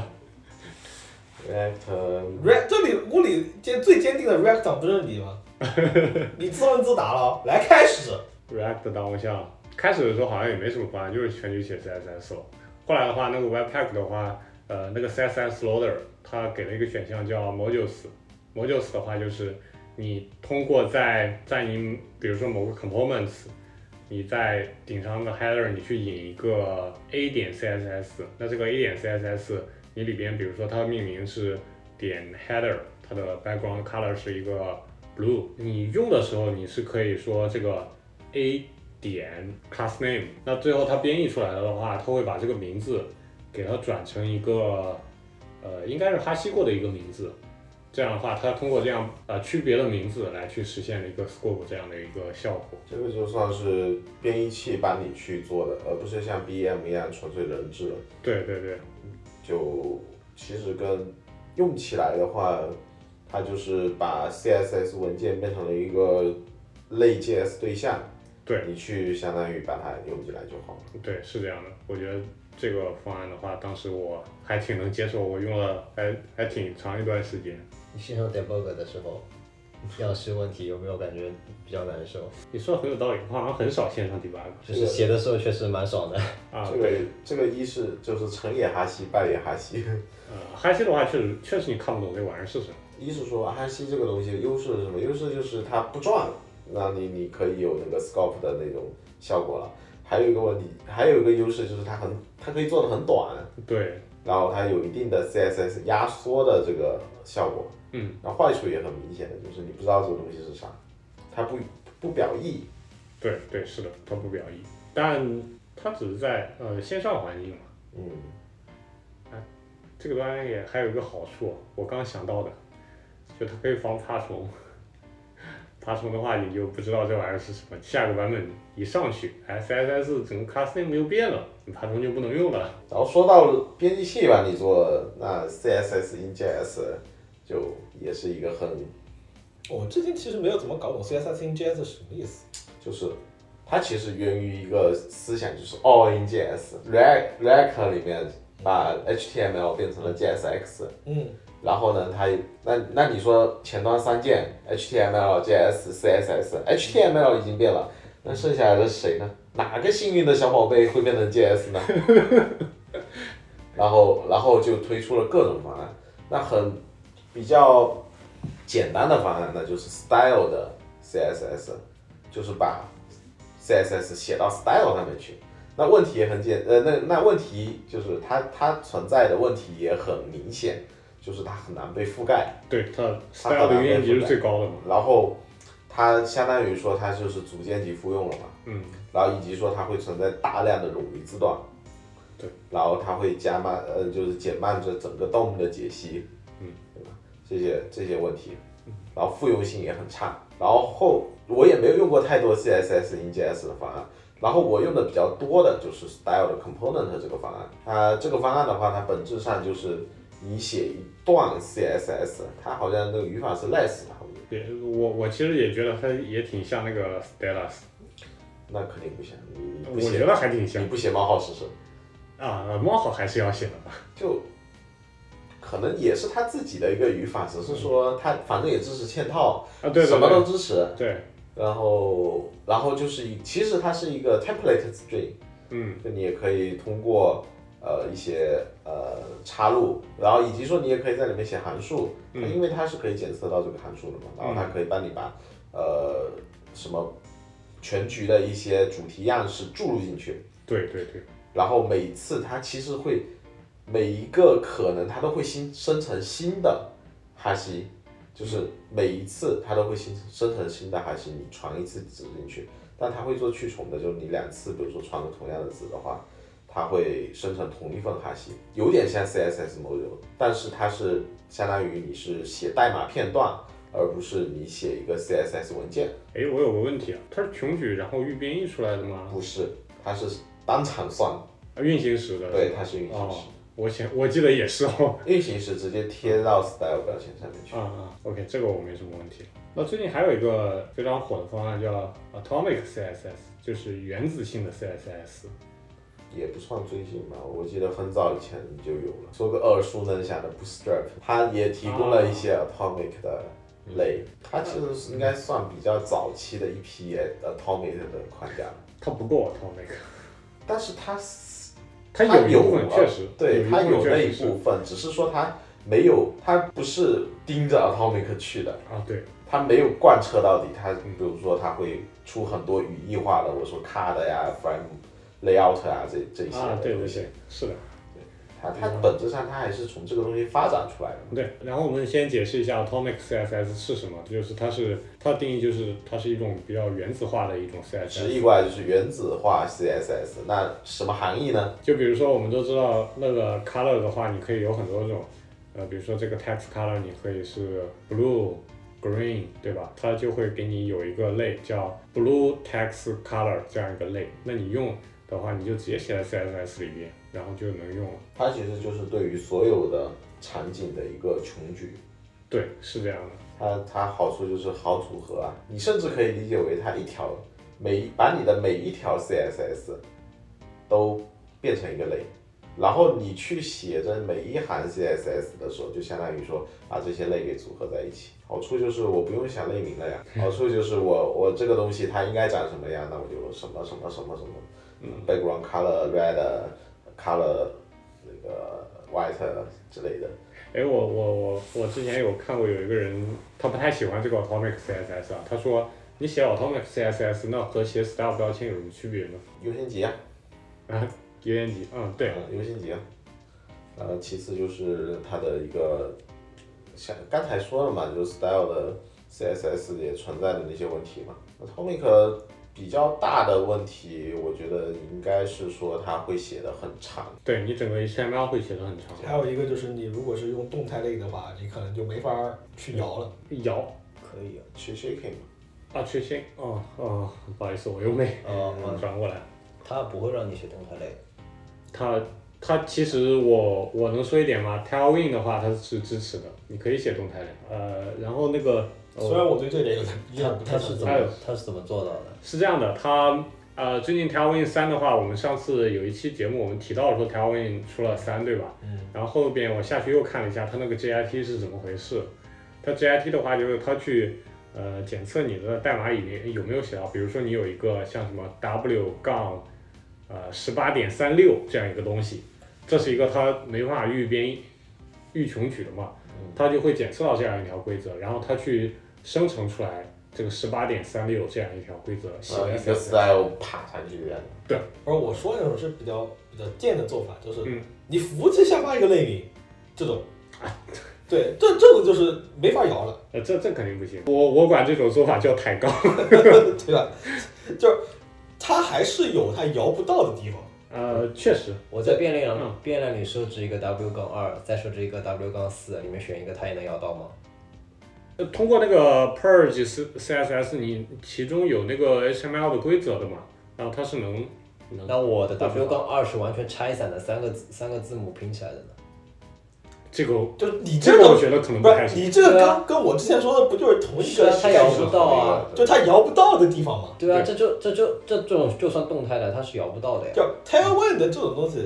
Speaker 3: React
Speaker 2: React 这里屋里坚最坚定的 React 党不是你吗？你自问自答了，来开始。
Speaker 1: ？React 党我想开始的时候好像也没什么方案，就是全局写 C S S 了。后来的话，那个 Webpack 的话，呃，那个 C S S Loader 它给了一个选项叫 Modules。Modules 的话就是你通过在在你比如说某个 components， 你在顶上的 header 你去引一个 A 点 C S S， 那这个 A 点 C S S 你里边比如说它的命名是点 header， 它的 background color 是一个 blue， 你用的时候你是可以说这个 A 点 class name， 那最后它编译出来的话，它会把这个名字给它转成一个呃应该是哈希过的一个名字。这样的话，它通过这样呃区别的名字来去实现了一个 scope 这样的一个效果。
Speaker 3: 这个就算是编译器帮你去做的，而不是像 B M 一样纯粹人质。
Speaker 1: 对对对，
Speaker 3: 就其实跟用起来的话，它就是把 C S S 文件变成了一个类 J S 对象，
Speaker 1: 对，
Speaker 3: 你去相当于把它用进来就好了。
Speaker 1: 对，是这样的。我觉得这个方案的话，当时我还挺能接受，我用了还还挺长一段时间。
Speaker 4: 你新手 debug 的时候，样式问题有没有感觉比较难受？
Speaker 1: 你说的很有道理，我好像很少线上 debug
Speaker 4: 就是写的时候确实蛮爽的。
Speaker 1: 啊。
Speaker 3: 这个
Speaker 1: 对，
Speaker 3: 这个一是就是成也哈希，败也哈希。
Speaker 1: 呃，哈希的话确实确实你看不懂这玩意儿是什么。
Speaker 3: 一是说哈希这个东西优势是什么？优势就是它不转，那你你可以有那个 scope 的那种效果了。还有一个问题，还有一个优势就是它很它可以做的很短，
Speaker 1: 对，
Speaker 3: 然后它有一定的 C S S 压缩的这个效果。
Speaker 1: 嗯，
Speaker 3: 然后坏处也很明显的就是你不知道这个东西是啥，它不不表意。
Speaker 1: 对对，是的，它不表意，但它只是在呃线上环境嘛。
Speaker 3: 嗯，
Speaker 1: 这个端也还有一个好处，我刚想到的，就它可以防爬虫。爬虫的话，你就不知道这玩意儿是什么。下个版本一上去，哎 ，C S S 整个 class name 又变了，你爬虫就不能用了。
Speaker 3: 然后说到编辑器吧，你做那 C S S in J S 就也是一个很，
Speaker 2: 我至今其实没有怎么搞懂 C S S in J S 是什么意思。
Speaker 3: 就是它其实源于一个思想，就是 all in J S。React React 里面把 H T M L 变成了 J S X。
Speaker 2: 嗯。
Speaker 3: 然后呢，它那那你说前端三件 H T M L、J S、C S S，H T M L 已经变了，那剩下来的是谁呢？哪个幸运的小宝贝会变成 J S 呢？然后然后就推出了各种方案，那很比较简单的方案，那就是 Style 的 C S S， 就是把 C S S 写到 Style 上面去。那问题也很简，呃，那那问题就是它它存在的问题也很明显。就是它很难被覆盖，
Speaker 1: 对，它 style 的原因值是最高的嘛。
Speaker 3: 然后它相当于说它就是组件级复用了嘛，
Speaker 1: 嗯，
Speaker 3: 然后以及说它会存在大量的冗余字段，
Speaker 1: 对，
Speaker 3: 然后它会加慢，呃，就是减慢着整个 D O M 的解析，
Speaker 1: 嗯，
Speaker 3: 对吧？这些这些问题，然后复用性也很差。然后后我也没有用过太多 C S S in J S 的方案。然后我用的比较多的就是 Style 的 Component 这个方案，它这个方案的话，它本质上就是你写一段 C S S， 它好像那个语法是 less 吧？
Speaker 1: 对，我我其实也觉得它也挺像那个 Stylus。
Speaker 3: 那肯定不像，你不
Speaker 1: 我
Speaker 3: 写
Speaker 1: 觉得还挺像。
Speaker 3: 你不写冒号试试
Speaker 1: 啊，冒号还是要写的吧？
Speaker 3: 就可能也是它自己的一个语法，只是说它反正也支持嵌套，
Speaker 1: 啊对对对
Speaker 3: 什么都支持。
Speaker 1: 对，
Speaker 3: 然后然后就是一其实它是一个 template string，
Speaker 1: 嗯，
Speaker 3: 就你也可以通过呃一些呃插入，然后以及说你也可以在里面写函数，
Speaker 1: 嗯
Speaker 3: 因为它是可以检测到这个函数的嘛，然后它可以帮你把呃什么全局的一些主题样式注入进去。
Speaker 1: 对对对，
Speaker 3: 然后每一次它其实会每一个可能它都会新生成新的哈希，就是每一次它都会新生成新的哈希，你传一次值进去，但它会做去重的，就是你两次比如说传个同样的值的话，它会生成同一份哈希，有点像 C S S module， 但是它是相当于你是写代码片段，而不是你写一个 C S S 文件。
Speaker 1: 哎，我有个问题啊，它是穷举然后预编译出来的吗？
Speaker 3: 不是，它是当场算，
Speaker 1: 啊，运行时的。
Speaker 3: 对，它是运行时。
Speaker 1: 哦，我想我记得也是哦。
Speaker 3: 运行时直接贴到 style 标签上面去。
Speaker 1: 啊啊 ，OK， 这个我没什么问题。那最近还有一个非常火的方案叫 Atomic C S S， 就是原子性的 C S S。
Speaker 3: 也不算最近吧，我记得很早以前就有了。说个耳熟能详的 Bootstrap， 它也提供了一些 Atomic 的类，它其实是应该算比较早期的一批 Atomic 的框架。
Speaker 1: 它不够 Atomic，
Speaker 3: 但是它
Speaker 1: 它
Speaker 3: 它
Speaker 1: 有一部分确实，
Speaker 3: 对，它有那一
Speaker 1: 部
Speaker 3: 部分，只是说它没有，它不是盯着 Atomic 去的
Speaker 1: 啊，对，
Speaker 3: 它没有贯彻到底。它比如说它会出很多语义化的，我说 card 呀、frame、layout 啊这这些
Speaker 1: 啊，对对
Speaker 3: 东西。
Speaker 1: 对，是的。
Speaker 3: 它它本质上它还是从这个东西发展出来的。
Speaker 1: 对，然后我们先解释一下 Atomic C S S 是什么，就是它是它的定义就是它是一种比较原子化的一种 C S S。
Speaker 3: 直译过来就是原子化 C S S， 那什么含义呢？
Speaker 1: 就比如说我们都知道那个 color 的话，你可以有很多种，呃，比如说这个 text color 你可以是 blue、green， 对吧？它就会给你有一个类叫 blue text color 这样一个类，那你用的话你就直接写在 C S S 里边，然后就能用了。
Speaker 3: 它其实就是对于所有的场景的一个穷举。
Speaker 1: 对，是这样的。
Speaker 3: 它它好处就是好组合啊，你甚至可以理解为它一条每把你的每一条 C S S 都变成一个类，然后你去写着每一行 C S S 的时候，就相当于说把这些类给组合在一起。好处就是我不用想类名了呀，好处就是我我这个东西它应该长什么样，那我就什么什么什么什么，嗯 ，background color red，color 那个 white 之类的。
Speaker 1: 哎，我我我我之前有看过有一个人，他不太喜欢这个 Atomic C S S 啊，他说你写 Atomic C S S 那和写 style 标签有什么区别呢？
Speaker 3: 优先级啊。
Speaker 1: 啊，优先级，嗯，对，
Speaker 3: 嗯，优先级啊。呃，其次就是它的一个，像刚才说了嘛，就是 style 的 C S S 也存在的那些问题嘛。Atomic 比较大的问题，我觉得应该是说它会写的很长。
Speaker 1: 对你整个 H T M L 会写的很长。
Speaker 2: 还有一个就是你如果是用动态类的话，你可能就没法去摇了。
Speaker 1: 摇
Speaker 4: 可以啊。
Speaker 3: 去 shaking 嘛。
Speaker 1: 啊，缺陷，哦哦，不好意思，我又没
Speaker 4: 哦哦
Speaker 1: 转过来。
Speaker 4: 它不会让你写动态类。
Speaker 1: 它它其实我我能说一点吗 ？Tailwind 的话它是支持的，你可以写动态类。呃，然后那个
Speaker 2: 虽然我对这点有点有点不太
Speaker 4: 它是怎么
Speaker 1: 哎呦
Speaker 4: 它是怎么做到的？
Speaker 1: 是这样的，它呃最近 Tailwind 三的话，我们上次有一期节目我们提到说 Tailwind 出了三，对吧？
Speaker 2: 嗯。
Speaker 1: 然后后边我下去又看了一下它那个 J I T 是怎么回事。它 J I T 的话就是它去呃检测你的代码里面有没有写到，比如说你有一个像什么 W 杠呃十八点三六这样一个东西，这是一个它没办法预编预穷举的嘛，它就会检测到这样一条规则，然后它去生成出来这个十八点三六这样一条规则，写在
Speaker 3: 呃，一个 style 爬上去这样。
Speaker 1: 对，
Speaker 2: 而我说的那种是比较比较贱的做法，就是
Speaker 1: 嗯
Speaker 2: 你服务器下发一个类名，这种，对，这这种就是没法摇了，
Speaker 1: 呃，这这肯定不行，我我管这种做法叫抬杠，
Speaker 2: 对吧？就是它还是有它摇不到的地方。
Speaker 1: 呃，确实，
Speaker 4: 我在变量、
Speaker 1: 嗯
Speaker 4: 变量里设置一个 W 杠二，再设置一个 W 杠四，里面选一个，它也能摇到吗？
Speaker 1: 呃通过那个 purge C S S， 你其中有那个 H T M L 的规则的嘛，然后它是能能。
Speaker 4: 那我的 W 杠二是完全拆散的，三个字三个字母拼起来的呢？
Speaker 1: 这个
Speaker 2: 就你
Speaker 1: 这
Speaker 2: 这个
Speaker 1: 个我觉得可能
Speaker 2: 不
Speaker 1: 太行。
Speaker 2: 是你这个
Speaker 4: 对啊
Speaker 2: 跟跟我之前说的不就是同一个
Speaker 4: 是啊，它摇不到啊。
Speaker 2: 就它摇不到的地方嘛。
Speaker 4: 对啊，
Speaker 1: 对
Speaker 4: 这就这就这这种就算动态的，它是摇不到的呀。
Speaker 2: 叫 Tailwind 的这种东西，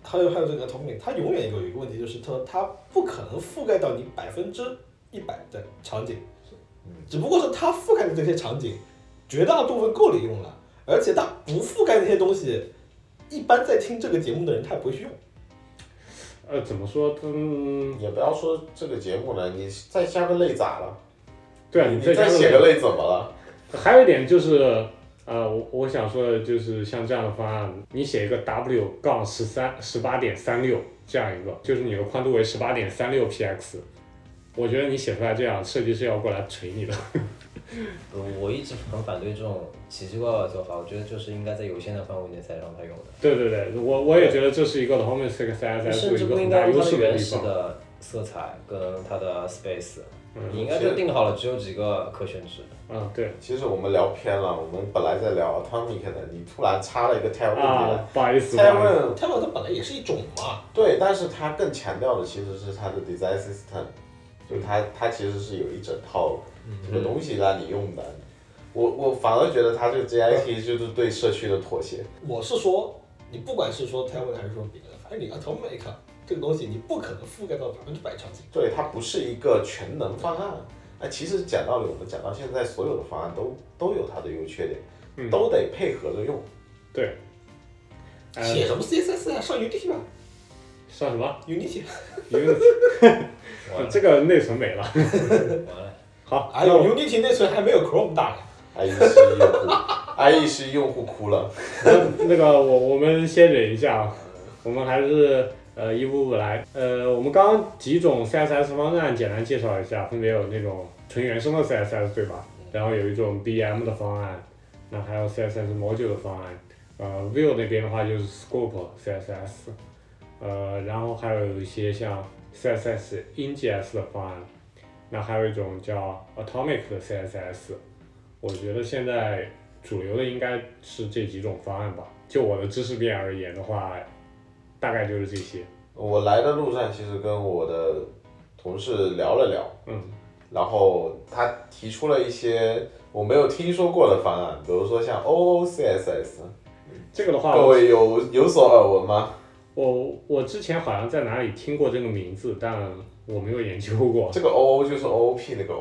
Speaker 2: 还有还有这个 Atomic， 它永远有一个问题，就是它它不可能覆盖到你百分之一百的场景，只不过是它覆盖的这些场景，绝大部分够你用了，而且它不覆盖那些东西，一般在听这个节目的人他也不会去用。
Speaker 1: 呃，怎么说？嗯，
Speaker 3: 也不要说这个节目了，你再加个类咋了？
Speaker 1: 对啊，
Speaker 3: 你
Speaker 1: 再加
Speaker 3: 写个类怎么了？
Speaker 1: 还有一点就是，呃，我我想说的就是像这样的方案，你写一个 W 杠十三十八点三六这样一个，就是你的宽度为十八点三六 P X， 我觉得你写出来这样，设计师要过来锤你的。
Speaker 4: 呃，我一直很反对这种奇奇怪怪的做法，我觉得就是应该在有限的范围内才让他用的。
Speaker 1: 对对对，我我也觉得这是一个 Atomic C S S
Speaker 4: 甚至
Speaker 1: 一个
Speaker 4: 不应该用它
Speaker 1: 很大优势
Speaker 4: 的原始
Speaker 1: 的地方。
Speaker 4: 的色彩跟它的 space，、
Speaker 1: 嗯、
Speaker 4: 你应该就定好了，只有几个可选值。
Speaker 1: 嗯，对。
Speaker 3: 其实我们聊偏了，我们本来在聊 Atomic 的，你突然插了一个 Tailwind 进来。
Speaker 1: 啊，不好意思。Tailwind
Speaker 2: Tailwind 它本来也是一种嘛。
Speaker 3: 对，但是它更强调的其实是它的 design system， 就它它其实是有一整套这个东西让你用的。嗯、我我反而觉得它这个 G I T 就是对社区的妥协。
Speaker 2: 我是说，你不管是说 Tailwind 还是说别的，反正你 Atomic 这个东西你不可能覆盖到百分之百场景。
Speaker 3: 对，它不是一个全能方案。哎，其实讲道理，我们讲到现在，所有的方案都都有它的优缺点，嗯、都得配合着用。
Speaker 1: 对。
Speaker 2: 写什么 C S S 啊？上 Unity 吧。
Speaker 1: 上什么
Speaker 2: ？Unity。Unity。
Speaker 1: 这个内存没了。
Speaker 4: 完了。
Speaker 1: 好。
Speaker 2: 哎呦 ，Unity 内存还没有 Chrome 大呢。
Speaker 3: I E 十一用户 ，I E 十一用户哭了。
Speaker 1: 那个我我们先忍一下，我们还是。呃，一步步来。呃，我们刚刚几种 C S S 方案简单介绍一下，分别有那种纯原生的 C S S， 对吧？然后有一种 B M 的方案，那还有 C S S module 的方案。呃 ，Vue 那边的话就是 Scope C S S， 呃，然后还有一些像 C S S InJS 的方案，那还有一种叫 Atomic 的 C S S。我觉得现在主流的应该是这几种方案吧。就我的知识面而言的话。大概就是这些。
Speaker 3: 我来的路上其实跟我的同事聊了聊，
Speaker 1: 嗯，
Speaker 3: 然后他提出了一些我没有听说过的方案，比如说像 O O C S S，
Speaker 1: 这个的话，
Speaker 3: 各位有有所耳闻吗？
Speaker 1: 我我之前好像在哪里听过这个名字，但我没有研究过。
Speaker 3: 这个 O O 就是 O O P 那个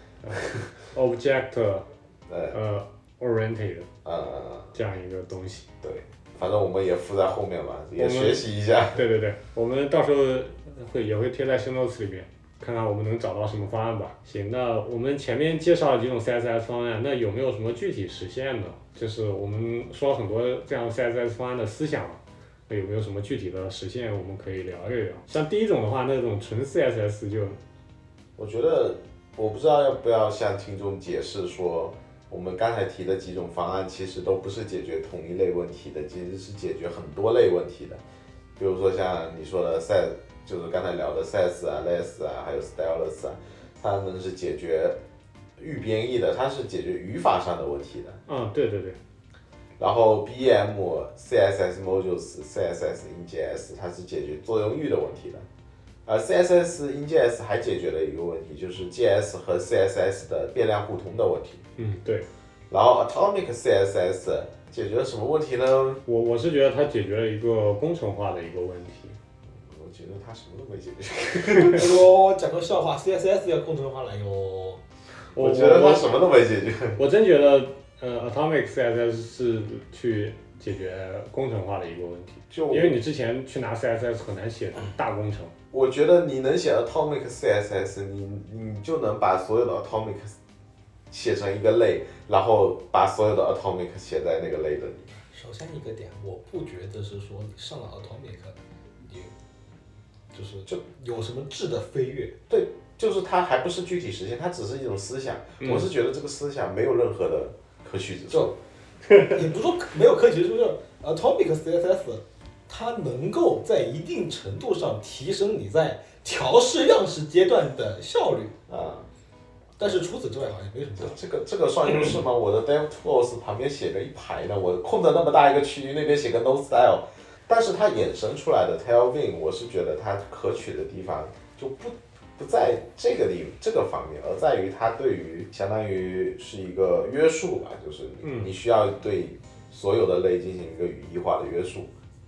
Speaker 1: O。Object， 呃 oriented， 呃，这样一个东西。
Speaker 3: 对。反正我们也附在后面嘛，也学习一下。
Speaker 1: 对对对，我们到时候会也会贴在 show notes 里面，看看我们能找到什么方案吧。行，那我们前面介绍了几种 C S S 方案，那有没有什么具体实现呢？就是我们说了很多这样 C S S 方案的思想，那有没有什么具体的实现，我们可以聊一聊？像第一种的话，那种纯 C S S 就，
Speaker 3: 我觉得我不知道要不要向听众解释说。我们刚才提的几种方案其实都不是解决同一类问题的，其实是解决很多类问题的。比如说像你说的 Sass， 就是刚才聊的 Sass 啊、Less 啊，还有 Stylus 啊，它们是解决预编译的，它是解决语法上的问题的。
Speaker 1: 嗯，对对对。
Speaker 3: 然后 B M、C S S Modules、C S S InJS， 它是解决作用域的问题的。而 C S S InJS 还解决了一个问题，就是 J S 和 C S S 的变量互通的问题。
Speaker 1: 嗯，对。
Speaker 3: 然后 Atomic C S S 解决了什么问题呢？
Speaker 1: 我我是觉得它解决了一个工程化的一个问题。
Speaker 3: 我觉得它什么都没解决。
Speaker 2: 哎呦，讲个笑话 ，C S S 要工程化了哟。
Speaker 3: 我觉得它什么都没解决。
Speaker 1: 我真觉得，呃 ，Atomic C S S 是去解决工程化的一个问题。就因为你之前去拿 C S S 很难写大工程。
Speaker 3: 我觉得你能写 Atomic C S S， 你你就能把所有的 Atomic 写成一个类，然后把所有的 Atomic 写在那个类的里。
Speaker 2: 首先一个点，我不觉得是说你上了 Atomic， 你就是就有什么质的飞跃。
Speaker 3: 对，就是它还不是具体实现，它只是一种思想。嗯、我是觉得这个思想没有任何的可取之处。
Speaker 2: 也不是说没有可取之处，就是 Atomic C S S。它能够在一定程度上提升你在调试样式阶段的效率啊，但是除此之外好像没什么。
Speaker 3: 这个这个算优势吗？我的 DevTools 旁边写个一排呢，我空着那么大一个区域，那边写个 NoStyle， 但是它衍生出来的 Tailwind， 我是觉得它可取的地方就不不在这个里这个方面，而在于它对于相当于是一个约束吧，就是你、嗯、你需要对所有的类进行一个语义化的约束。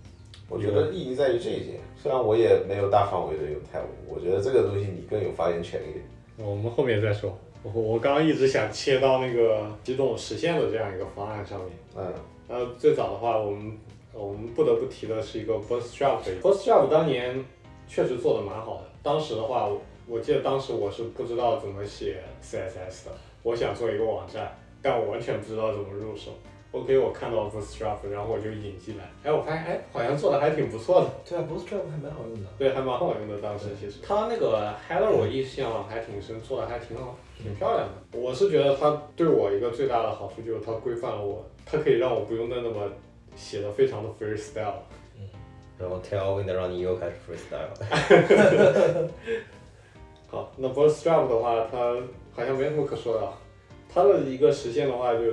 Speaker 3: 我觉得意义在于这一点，虽然我也没有大范围的用 Tailwind， 我觉得这个东西你更有发言权一点。
Speaker 1: 我们后面再说。我我刚刚一直想切到那个机动实现的这样一个方案上面。
Speaker 3: 嗯。
Speaker 1: 呃，最早的话，我们我们不得不提的是一个 Bootstrap。Bootstrap 当年确实做的蛮好的。当时的话，我记得当时我是不知道怎么写 C S S 的，我想做一个网站，但我完全不知道怎么入手。OK， 我看到 Bootstrap， 然后我就引进来，哎，我发现哎，好像做的还挺不错的。
Speaker 2: 对啊 ，Bootstrap 还蛮好用的。
Speaker 1: 对，还蛮好用的。当时其实它那个 header 我印象还挺深，做的还挺好，挺漂亮的。我是觉得它对我一个最大的好处就是它规范了我，它可以让我不用的那么写的非常的 freestyle。
Speaker 4: 嗯。然后 Tailwind 让你又开始 freestyle。
Speaker 1: 好，那 Bootstrap 的话，它好像没什么可说的。它的一个实现的话就。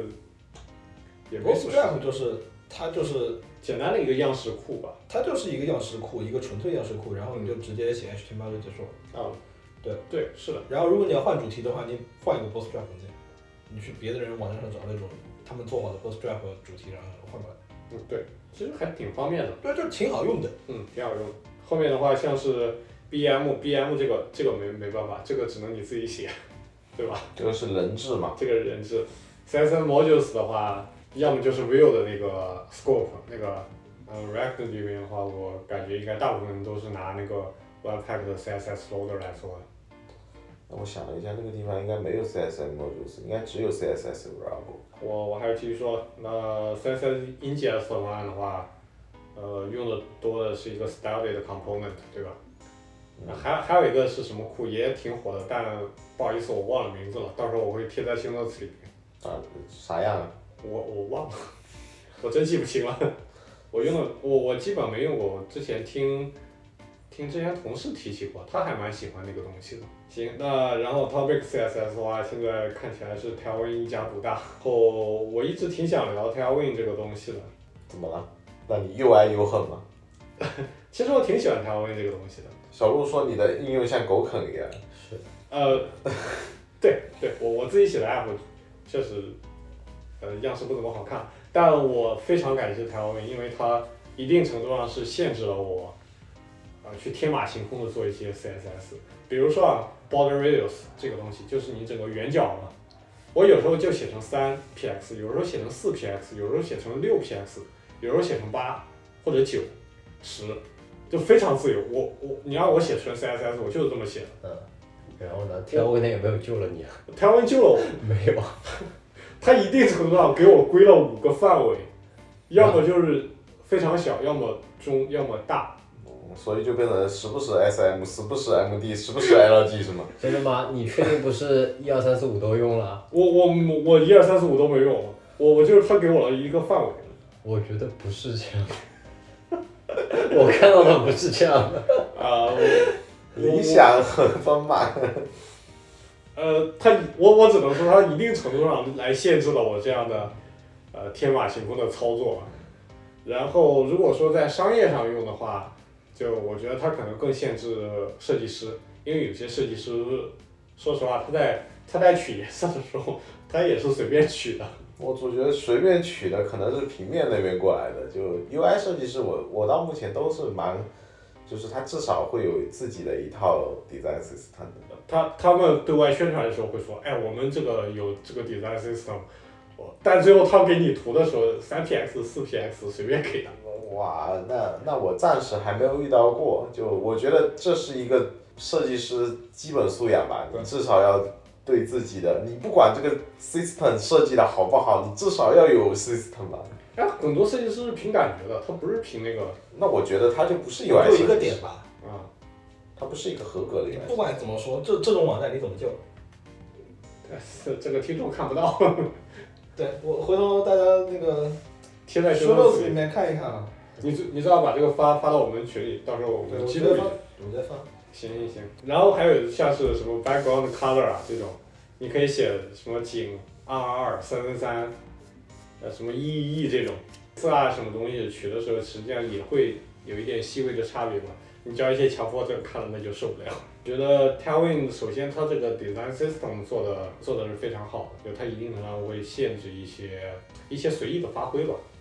Speaker 2: Bootstrap 就是它就是
Speaker 1: 简单的一个样式库吧，
Speaker 2: 它就是一个样式库，一个纯粹样式库，然后你就直接写 H T M L 就结束了。
Speaker 1: 啊，
Speaker 2: 对
Speaker 1: 对，是的。
Speaker 2: 然后如果你要换主题的话，你换一个 Bootstrap 文件，你去别的人网站上找那种他们做好的 Bootstrap 主题，然后换过来。
Speaker 1: 嗯，对，其实还挺方便的。
Speaker 2: 对，就挺好用的。
Speaker 1: 嗯，挺好用的。后面的话像是 B M，B M 这个这个没没办法，这个只能你自己写，对吧？
Speaker 3: 这个是人质嘛？
Speaker 1: 这个人质。C S S Modules 的话。要么就是 Vue 的那个 scope， 那个呃 React 里面的话，我感觉应该大部分人都是拿那个 Webpack 的 C S S loader 来做的。
Speaker 3: 那我想了一下，那个地方应该没有 C S S modules， 应该只有 C S S variable。
Speaker 1: 我我还是继续说，那 C S S Inject 方案的话，呃，用的多的是一个 Started component， 对吧？嗯、还还有一个是什么库也挺火的，但不好意思我忘了名字了，到时候我会贴在 show notes 里面。
Speaker 3: 啊，啥样啊？
Speaker 1: 我我忘了，我真记不清了。我用的我我基本没用过，我之前听听之前同事提起过，他还蛮喜欢那个东西的。行，那然后 Topic C S S 的话，现在看起来是 Tailwind 一家独大。后我一直挺想聊 Tailwind 这个东西的。
Speaker 3: 怎么了？那你又爱又恨吗？
Speaker 1: 其实我挺喜欢 Tailwind 这个东西的。
Speaker 3: 小鹿说你的应用像狗啃一样。
Speaker 4: 是。
Speaker 1: 呃，对对，我我自己写的 app 确实。呃，样式不怎么好看，但我非常感谢 Tailwind，因为它一定程度上是限制了我，呃，去天马行空的做一些 C S S。比如说啊 ，border radius 这个东西，就是你整个圆角嘛，我有时候就写成三 P X， 有时候写成四 P X， 有时候写成六 P X， 有时候写成八或者九、十，就非常自由。我我你让我写纯 C S S， 我就是这么写的。
Speaker 4: 嗯。然后呢 ，Tailwind 也没有救了你啊
Speaker 1: ？Tailwind 救了我？
Speaker 4: 没有。
Speaker 1: 它一定程度上给我归了五个范围，要么就是非常小，要么中，要么大。
Speaker 3: 嗯，所以就变成时不时 S M， 时不时 M D， 时不时 L G 是吗？
Speaker 4: 真的吗？你确定不是一二三四五都用了？
Speaker 1: 我我我一二三四五都没用，我我就是他给我了一个范围。
Speaker 4: 我觉得不是这样，我看到的不是这样的。
Speaker 1: 啊，
Speaker 3: 理想很丰满。
Speaker 1: 呃，它我我只能说它一定程度上来限制了我这样的呃天马行空的操作。然后如果说在商业上用的话，就我觉得它可能更限制设计师，因为有些设计师说实话他在他在取颜色的时候，他也是随便取的。
Speaker 3: 我总觉得随便取的可能是平面那边过来的，就 U I 设计师我我到目前都是蛮。就是他至少会有自己的一套 design system 的。
Speaker 1: 他他们对外宣传的时候会说，哎，我们这个有这个 design system， 但最后他给你图的时候，三 P X、四 P X 随便给的。
Speaker 3: 哇，那那我暂时还没有遇到过，就我觉得这是一个设计师基本素养吧，你至少要对自己的，你不管这个 system 设计的好不好，你至少要有 system 吧。
Speaker 1: 哎，很多设计师是凭感觉的，他不是凭那个。
Speaker 3: 那我觉得他就不是 U I 设计师。
Speaker 2: 就一个点吧。
Speaker 3: 啊、嗯，他不是一个合格的 U I 设计师。
Speaker 2: 不管怎么说，这这种网站你怎么救？
Speaker 1: 这这个听众看不到。
Speaker 2: 对，我回头大家那个
Speaker 1: 贴在
Speaker 2: show notes 里面看一看啊。
Speaker 1: 你你最好把这个发发到我们群里，到时候我们记录一下。
Speaker 2: 我再发。
Speaker 1: 行行行，然后还有像是什么 background color 啊这种，你可以写什么井二二二三三三。呃，什么 E E E 这种色啊，什么东西取的时候，实际上也会有一点细微的差别嘛。你教一些强迫症看了那就受不了。觉得 Tailwind 首先它这个 design system 做的做的是非常好的，就它一定程度上会限制一些一些随意的发挥吧。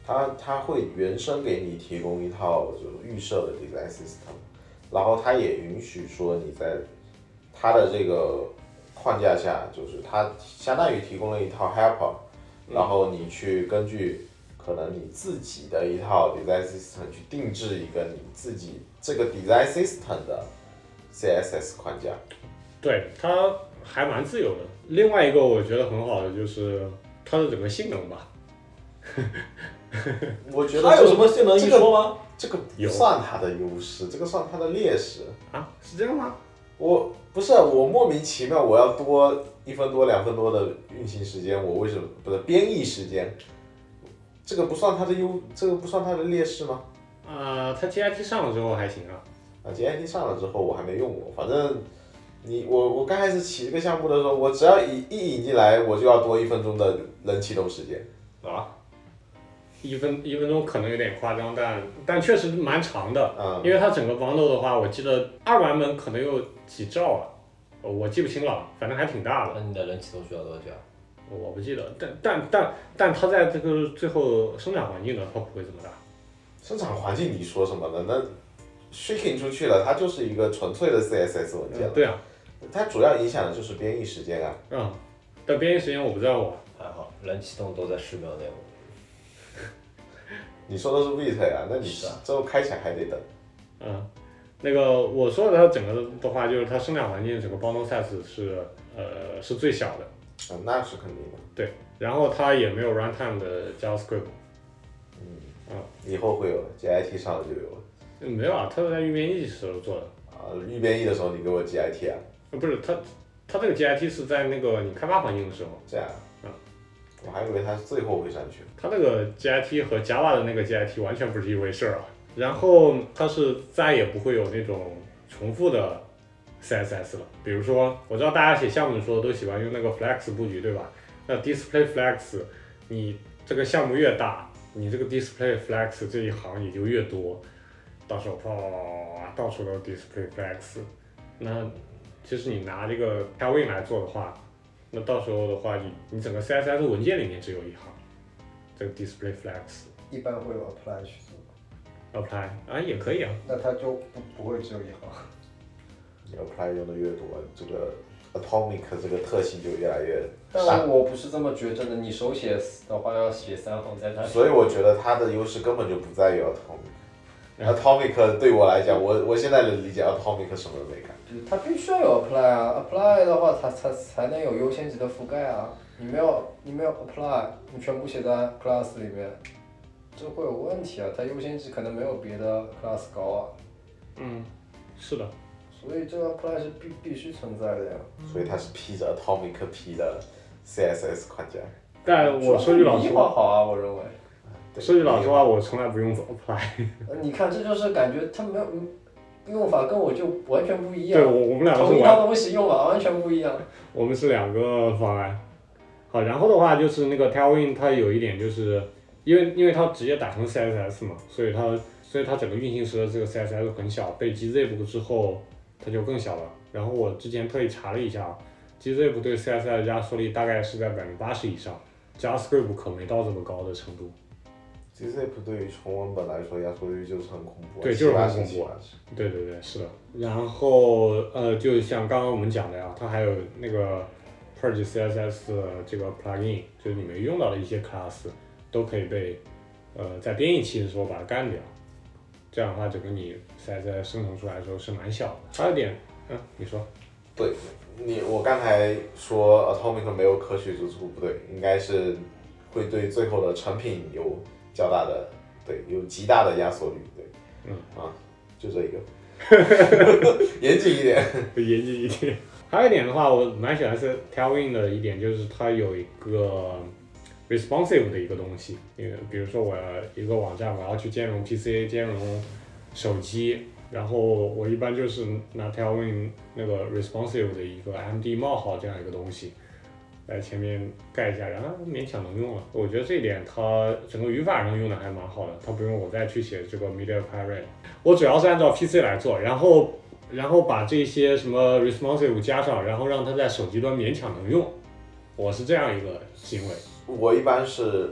Speaker 3: 它它会原生给你提供一套就是预设的 design system， 然后它也允许说你在它的这个框架下，就是它相当于提供了一套 helper， 然后你去根据可能你自己的一套 design system 去定制一个你自己这个 design system 的 C S S 框架。
Speaker 1: 对，它还蛮自由的。另外一个我觉得很好的就是它的整个性能吧。
Speaker 3: 我觉得
Speaker 2: 它有什么性能一说吗？
Speaker 3: 这个不算它的优势，这个算它的劣势
Speaker 1: 啊？是这样吗？
Speaker 3: 我不是我莫名其妙我要多一分多两分多的运行时间，我为什么不是编译时间？这个不算它的优，这个不算它的劣势吗？
Speaker 1: 呃，它 G I T 上了之后还行啊。
Speaker 3: 啊 ，G I T 上了之后我还没用过，反正你我我刚开始起这个项目的时候，我只要一一引进来，我就要多一分钟的人启动时间。
Speaker 1: 啊？一分一分钟可能有点夸张，但但确实蛮长的。
Speaker 3: 嗯。
Speaker 1: 因为它整个 bundle 的话，我记得二版本可能有几兆啊，我记不清了，反正还挺大的。
Speaker 4: 那你的人启动需要多久？
Speaker 1: 我不记得，但但但但它在这个最后生产环境呢，它不会这么大。
Speaker 3: 生产环境你说什么呢？那 shipping 出去了，它就是一个纯粹的 C S S 文件了。
Speaker 1: 嗯、对啊。
Speaker 3: 它主要影响的就是编译时间啊。
Speaker 1: 嗯。但编译时间我不知道啊。
Speaker 4: 还好，人启动都在十秒内。
Speaker 3: 你说的是 Vita 啊？那你之后开起来还得等。
Speaker 1: 嗯。那个我说的它整个的话，就是它生产环境整个 bundle size 是呃是最小的。
Speaker 3: 嗯，那是肯定的。
Speaker 1: 对，然后它也没有 runtime 的 JavaScript。
Speaker 3: 嗯
Speaker 1: 嗯，
Speaker 3: 以后会有 ，G I T 上了就有了。
Speaker 1: 嗯、没有啊，它是在预编译时候做的。
Speaker 3: 啊，预编译的时候你给我 G I T 啊？
Speaker 1: 呃，不是，它它这个 G I T 是在那个你开发环境的时候。
Speaker 3: 这样。
Speaker 1: 嗯。
Speaker 3: 我还以为它最后会上去。
Speaker 1: 它那个 G I T 和 Java 的那个 G I T 完全不是一回事儿啊。然后它是再也不会有那种重复的 C S S 了。比如说，我知道大家写项目的时候都喜欢用那个 Flex 布局，对吧？那 Display Flex， 你这个项目越大，你这个 Display Flex 这一行也就越多，到时候啪，到处都 Display Flex。那其实你拿这个 Tailwind 来做的话，那到时候的话，你你整个 C S S 文件里面只有一行，这个 Display Flex。
Speaker 5: 一般会有 apply 去做。
Speaker 1: apply 啊也可以啊。
Speaker 5: 那它就不不会只有一行。
Speaker 3: 你 apply 用的越多，这个 atomic 这个特性就越来越
Speaker 4: 大。但我不是这么觉着的，你手写的话要写三行再它。
Speaker 3: 所以我觉得它的优势根本就不在于 atomic。atomic 对我来讲，我我现在的理解 atomic 什么都没干。
Speaker 4: 它必须要有 apply 啊 ，apply 的话它才才能有优先级的覆盖啊。你没有你没有 apply， 你全部写在 class 里面，这会有问题啊。它优先级可能没有别的 class 高啊。
Speaker 1: 嗯，是的。
Speaker 4: 所以这个 apply 是必必须存在的呀。
Speaker 3: 所以它是披着 atomic 皮的 C S S 框架。
Speaker 1: 但我说句老实话，
Speaker 4: 好啊，我认为。
Speaker 1: 说句老实话，我从来不用 apply。
Speaker 4: 你看，这就是感觉它没有用法跟我就完全不一样。
Speaker 1: 对，我我们两个是
Speaker 4: 同一套东西用法完全不一样。
Speaker 1: 我们是两个方案。好，然后的话就是那个 Tailwind 它有一点就是，因为因为它直接打成 C S S 嘛，所以它所以它整个运行时的这个 C S S 很小，被 Gzip 之后它就更小了。然后我之前特意查了一下 ，Gzip 对 C S S 压缩力大概是在百分之八十以上 ，JavaScript 可没到这么高的程度。
Speaker 3: Gzip 对于纯文本来说压缩率就是很恐怖、啊，
Speaker 1: 对，就是很恐怖、啊。对对对，是的。然后呃，就像刚刚我们讲的呀，它还有那个 Purge C S S 的这个 plugin， 就是你没用到的一些 class 都可以被呃在编译器的时候把它干掉。这样的话，整个你 C S S 生成出来的时候是蛮小的。还有点，嗯，你说。
Speaker 3: 对，你我刚才说 Atomic 没有可取之处，不对，应该是会对最后的成品有较大的，对，有极大的压缩率，对，
Speaker 1: 嗯
Speaker 3: 啊，就这一个，严谨一点，
Speaker 1: 严谨一点。还有一点的话，我蛮喜欢是 Tailwind 的一点，就是它有一个 responsive 的一个东西。因为比如说我一个网站，我要去兼容 P C， 兼容手机，然后我一般就是拿 Tailwind 那个 responsive 的一个 M D 冒号这样一个东西，在前面盖一下，然后勉强能用了。我觉得这一点它整个语法上用的还蛮好的，它不用我再去写这个 media query， 我主要是按照 P C 来做，然后然后把这些什么 responsive 加上，然后让它在手机端勉强能用，我是这样一个行为。
Speaker 3: 我一般是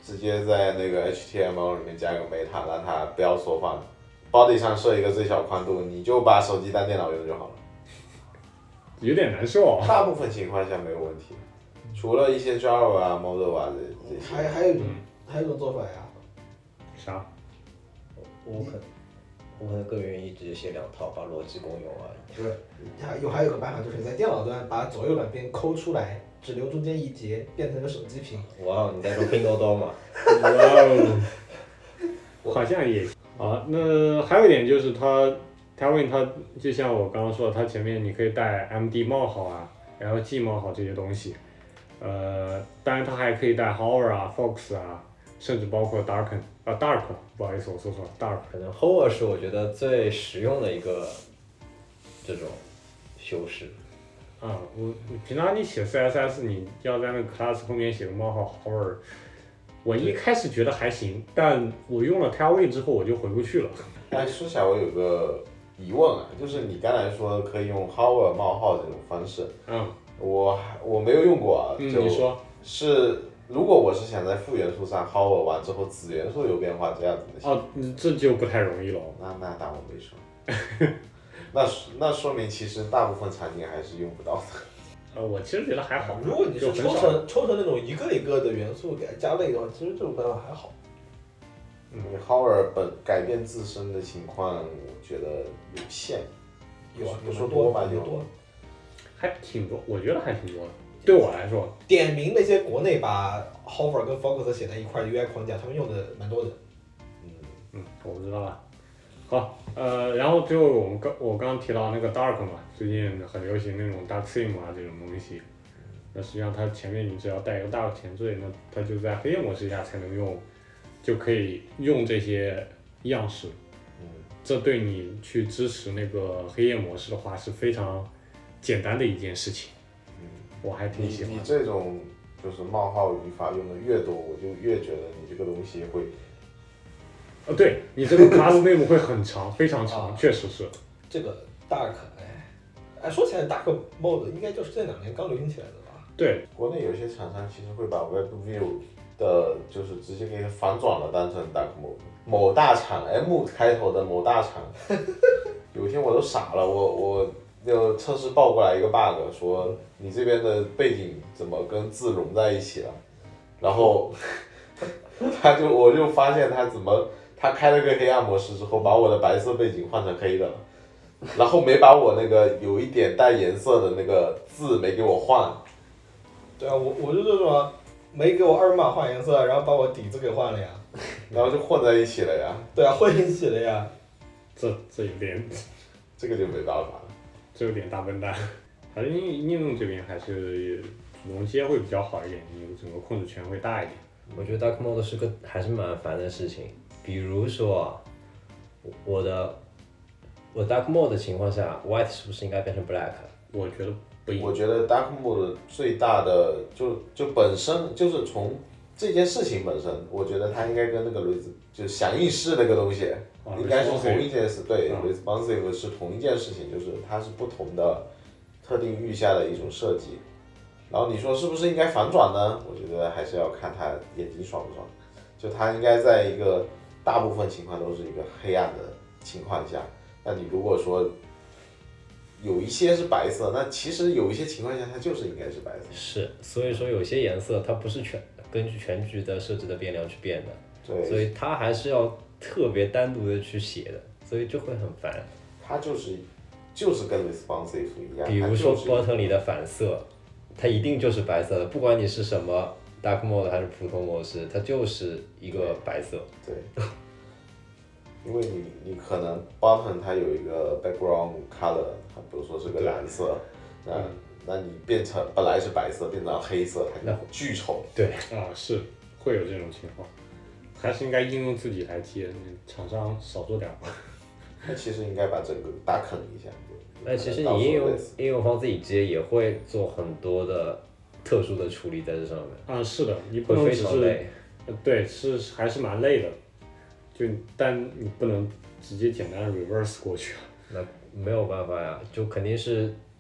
Speaker 3: 直接在那个 H T M L 里面加一个 meta， 让它不要缩放 ，body 上设一个最小宽度，你就把手机当电脑用就好了。
Speaker 1: 有点难受、啊。
Speaker 3: 大部分情况下没有问题，除了一些 Java 啊、Model 啊这这些。
Speaker 2: 还还有一种、
Speaker 1: 嗯、
Speaker 2: 还有一种做法呀。
Speaker 1: 啥？
Speaker 4: 我可我可能更愿意直接写两套，把逻辑共用而已。
Speaker 2: 对，还有还有个办法，就是在电脑端把左右两边抠出来，只留中间一节，变成个手机屏。
Speaker 4: 哇，你在说拼多多吗？
Speaker 1: 哇哦，好像也啊。那还有一点就是它 Tailwind 它就像我刚刚说的，它前面你可以带 M D 冒号啊、L G 冒号这些东西，呃，当然它还可以带 Hover 啊、Fox 啊，甚至包括 Darken 啊 Dark， 不好意思我说错了 Dark。
Speaker 4: 可能 Hover 是我觉得最实用的一个这种修饰。
Speaker 1: 啊，我平常你写 C S S， 你要在那个 class 后面写个冒号 Hover， 我一开始觉得还行，但我用了 Tailwind 之后我就回不去了。
Speaker 3: 哎，说起来我有个疑问啊，就是你刚才说可以用 hover 冒号这种方式，
Speaker 1: 嗯，
Speaker 3: 我我没有用过啊，
Speaker 1: 嗯，
Speaker 3: 就
Speaker 1: 你说
Speaker 3: 是如果我是想在负元素上 hover 完之后子元素有变化这样子的，
Speaker 1: 哦，这就不太容易了。
Speaker 3: 那那当我没说，那那说明其实大部分场景还是用不到的。
Speaker 1: 呃，我其实觉得还好，
Speaker 2: 如果你是抽
Speaker 1: 就很少。
Speaker 2: 成抽成那种一个一个的元素给它加类的话，其实这种办法还好。
Speaker 3: 你 hover 本改变自身的情况，我觉得有限，
Speaker 2: 有啊，
Speaker 3: 有
Speaker 2: 有多
Speaker 3: 说多吧有
Speaker 2: 有多。
Speaker 1: 还挺多，我觉得还挺多的。对我来说，
Speaker 2: 点名那些国内把 Hover 跟 Focus 写在一块的 U I 框架，他们用的蛮多的。
Speaker 3: 嗯
Speaker 1: 嗯，我不知道了。好，呃，然后最后我们刚我刚刚提到那个 Dark 嘛，最近很流行那种 Dark Theme 啊这种东西。那实际上它前面你只要带一个 Dark 前缀，那它就在黑夜模式下才能用，就可以用这些样式。
Speaker 3: 嗯，
Speaker 1: 这对你去支持那个黑夜模式的话是非常简单的一件事情。
Speaker 3: 嗯，
Speaker 1: 我还挺
Speaker 3: 你
Speaker 1: 喜欢的。
Speaker 3: 你这种就是冒号语法用的越多，我就越觉得你这个东西会。
Speaker 1: 呃，对你这个 class name 会很长，非常长，
Speaker 2: 啊
Speaker 1: 确实是。
Speaker 2: 这个 Dark，哎，哎，说起来 Dark Mode 应该就是这两年刚流行起来的吧？
Speaker 1: 对，
Speaker 3: 国内有些厂商其实会把 WebView 的，就是直接给它反转了，当成 Dark Mode。某大厂 M 开头的某大厂，有一天我都傻了，我我就测试报过来一个 bug， 说你这边的背景怎么跟字融在一起了，然后他就我就发现他怎么他开了个黑暗模式之后，把我的白色背景换成黑的了。然后没把我那个有一点带颜色的那个字没给我换。
Speaker 2: 对啊，我我就这种啊，没给我二维码换颜色，然后把我底子给换了呀。
Speaker 3: 然后就混在一起了呀。
Speaker 2: 对啊，混一起了呀。
Speaker 1: 这这有点，
Speaker 3: 这个就没办法了。
Speaker 1: 这有点大笨蛋。还是应应用这边还是主动接会比较好一点，你整个控制权会大一点。
Speaker 4: 我觉得 Dark Mode 是个还是蛮烦的事情。比如说，我的我 Dark Mode 的情况下 ，White 是不是应该变成 Black？
Speaker 1: 我觉得不应该。
Speaker 3: 我觉得 Dark Mode 最大的就就本身就是从这件事情本身，我觉得它应该跟那个 res 就响应式那个东西，
Speaker 1: 啊
Speaker 3: 应该是同一件事。对、
Speaker 1: 啊、
Speaker 3: ，responsive 是同一件事情，就是它是不同的特定域下的一种设计。然后你说是不是应该反转呢？我觉得还是要看它眼睛爽不爽。就它应该在一个大部分情况都是一个黑暗的情况下，那你如果说有一些是白色，那其实有一些情况下它就是应该是白色。
Speaker 4: 是，所以说有些颜色它不是全根据全局的设置的变量去变的，
Speaker 3: 对，
Speaker 4: 所以它还是要特别单独的去写的，所以就会很烦。
Speaker 3: 它就是就是跟 responsive 一样，
Speaker 4: 比如说
Speaker 3: 它就是
Speaker 4: button 里的反色，它一定就是白色的，不管你是什么 dark mode 还是普通模式，它就是一个白色。
Speaker 3: 对，因为你你可能 button 它有一个 background color， 它比如说是个蓝色，那、嗯、那你变成本来是白色变成黑色，它就巨丑。
Speaker 4: 对
Speaker 1: 啊，是会有这种情况，还是应该应用自己来接，厂商少做点吧。
Speaker 3: 那其实应该把整个打坑一下。
Speaker 4: 那其实你应用应用方自己接也会做很多的特殊的处理在这上面。
Speaker 1: 啊，是的，你不能只是，对，是还是蛮累的，就但你不能直接简单的 reverse 过去。
Speaker 4: 那没有办法呀，就肯定是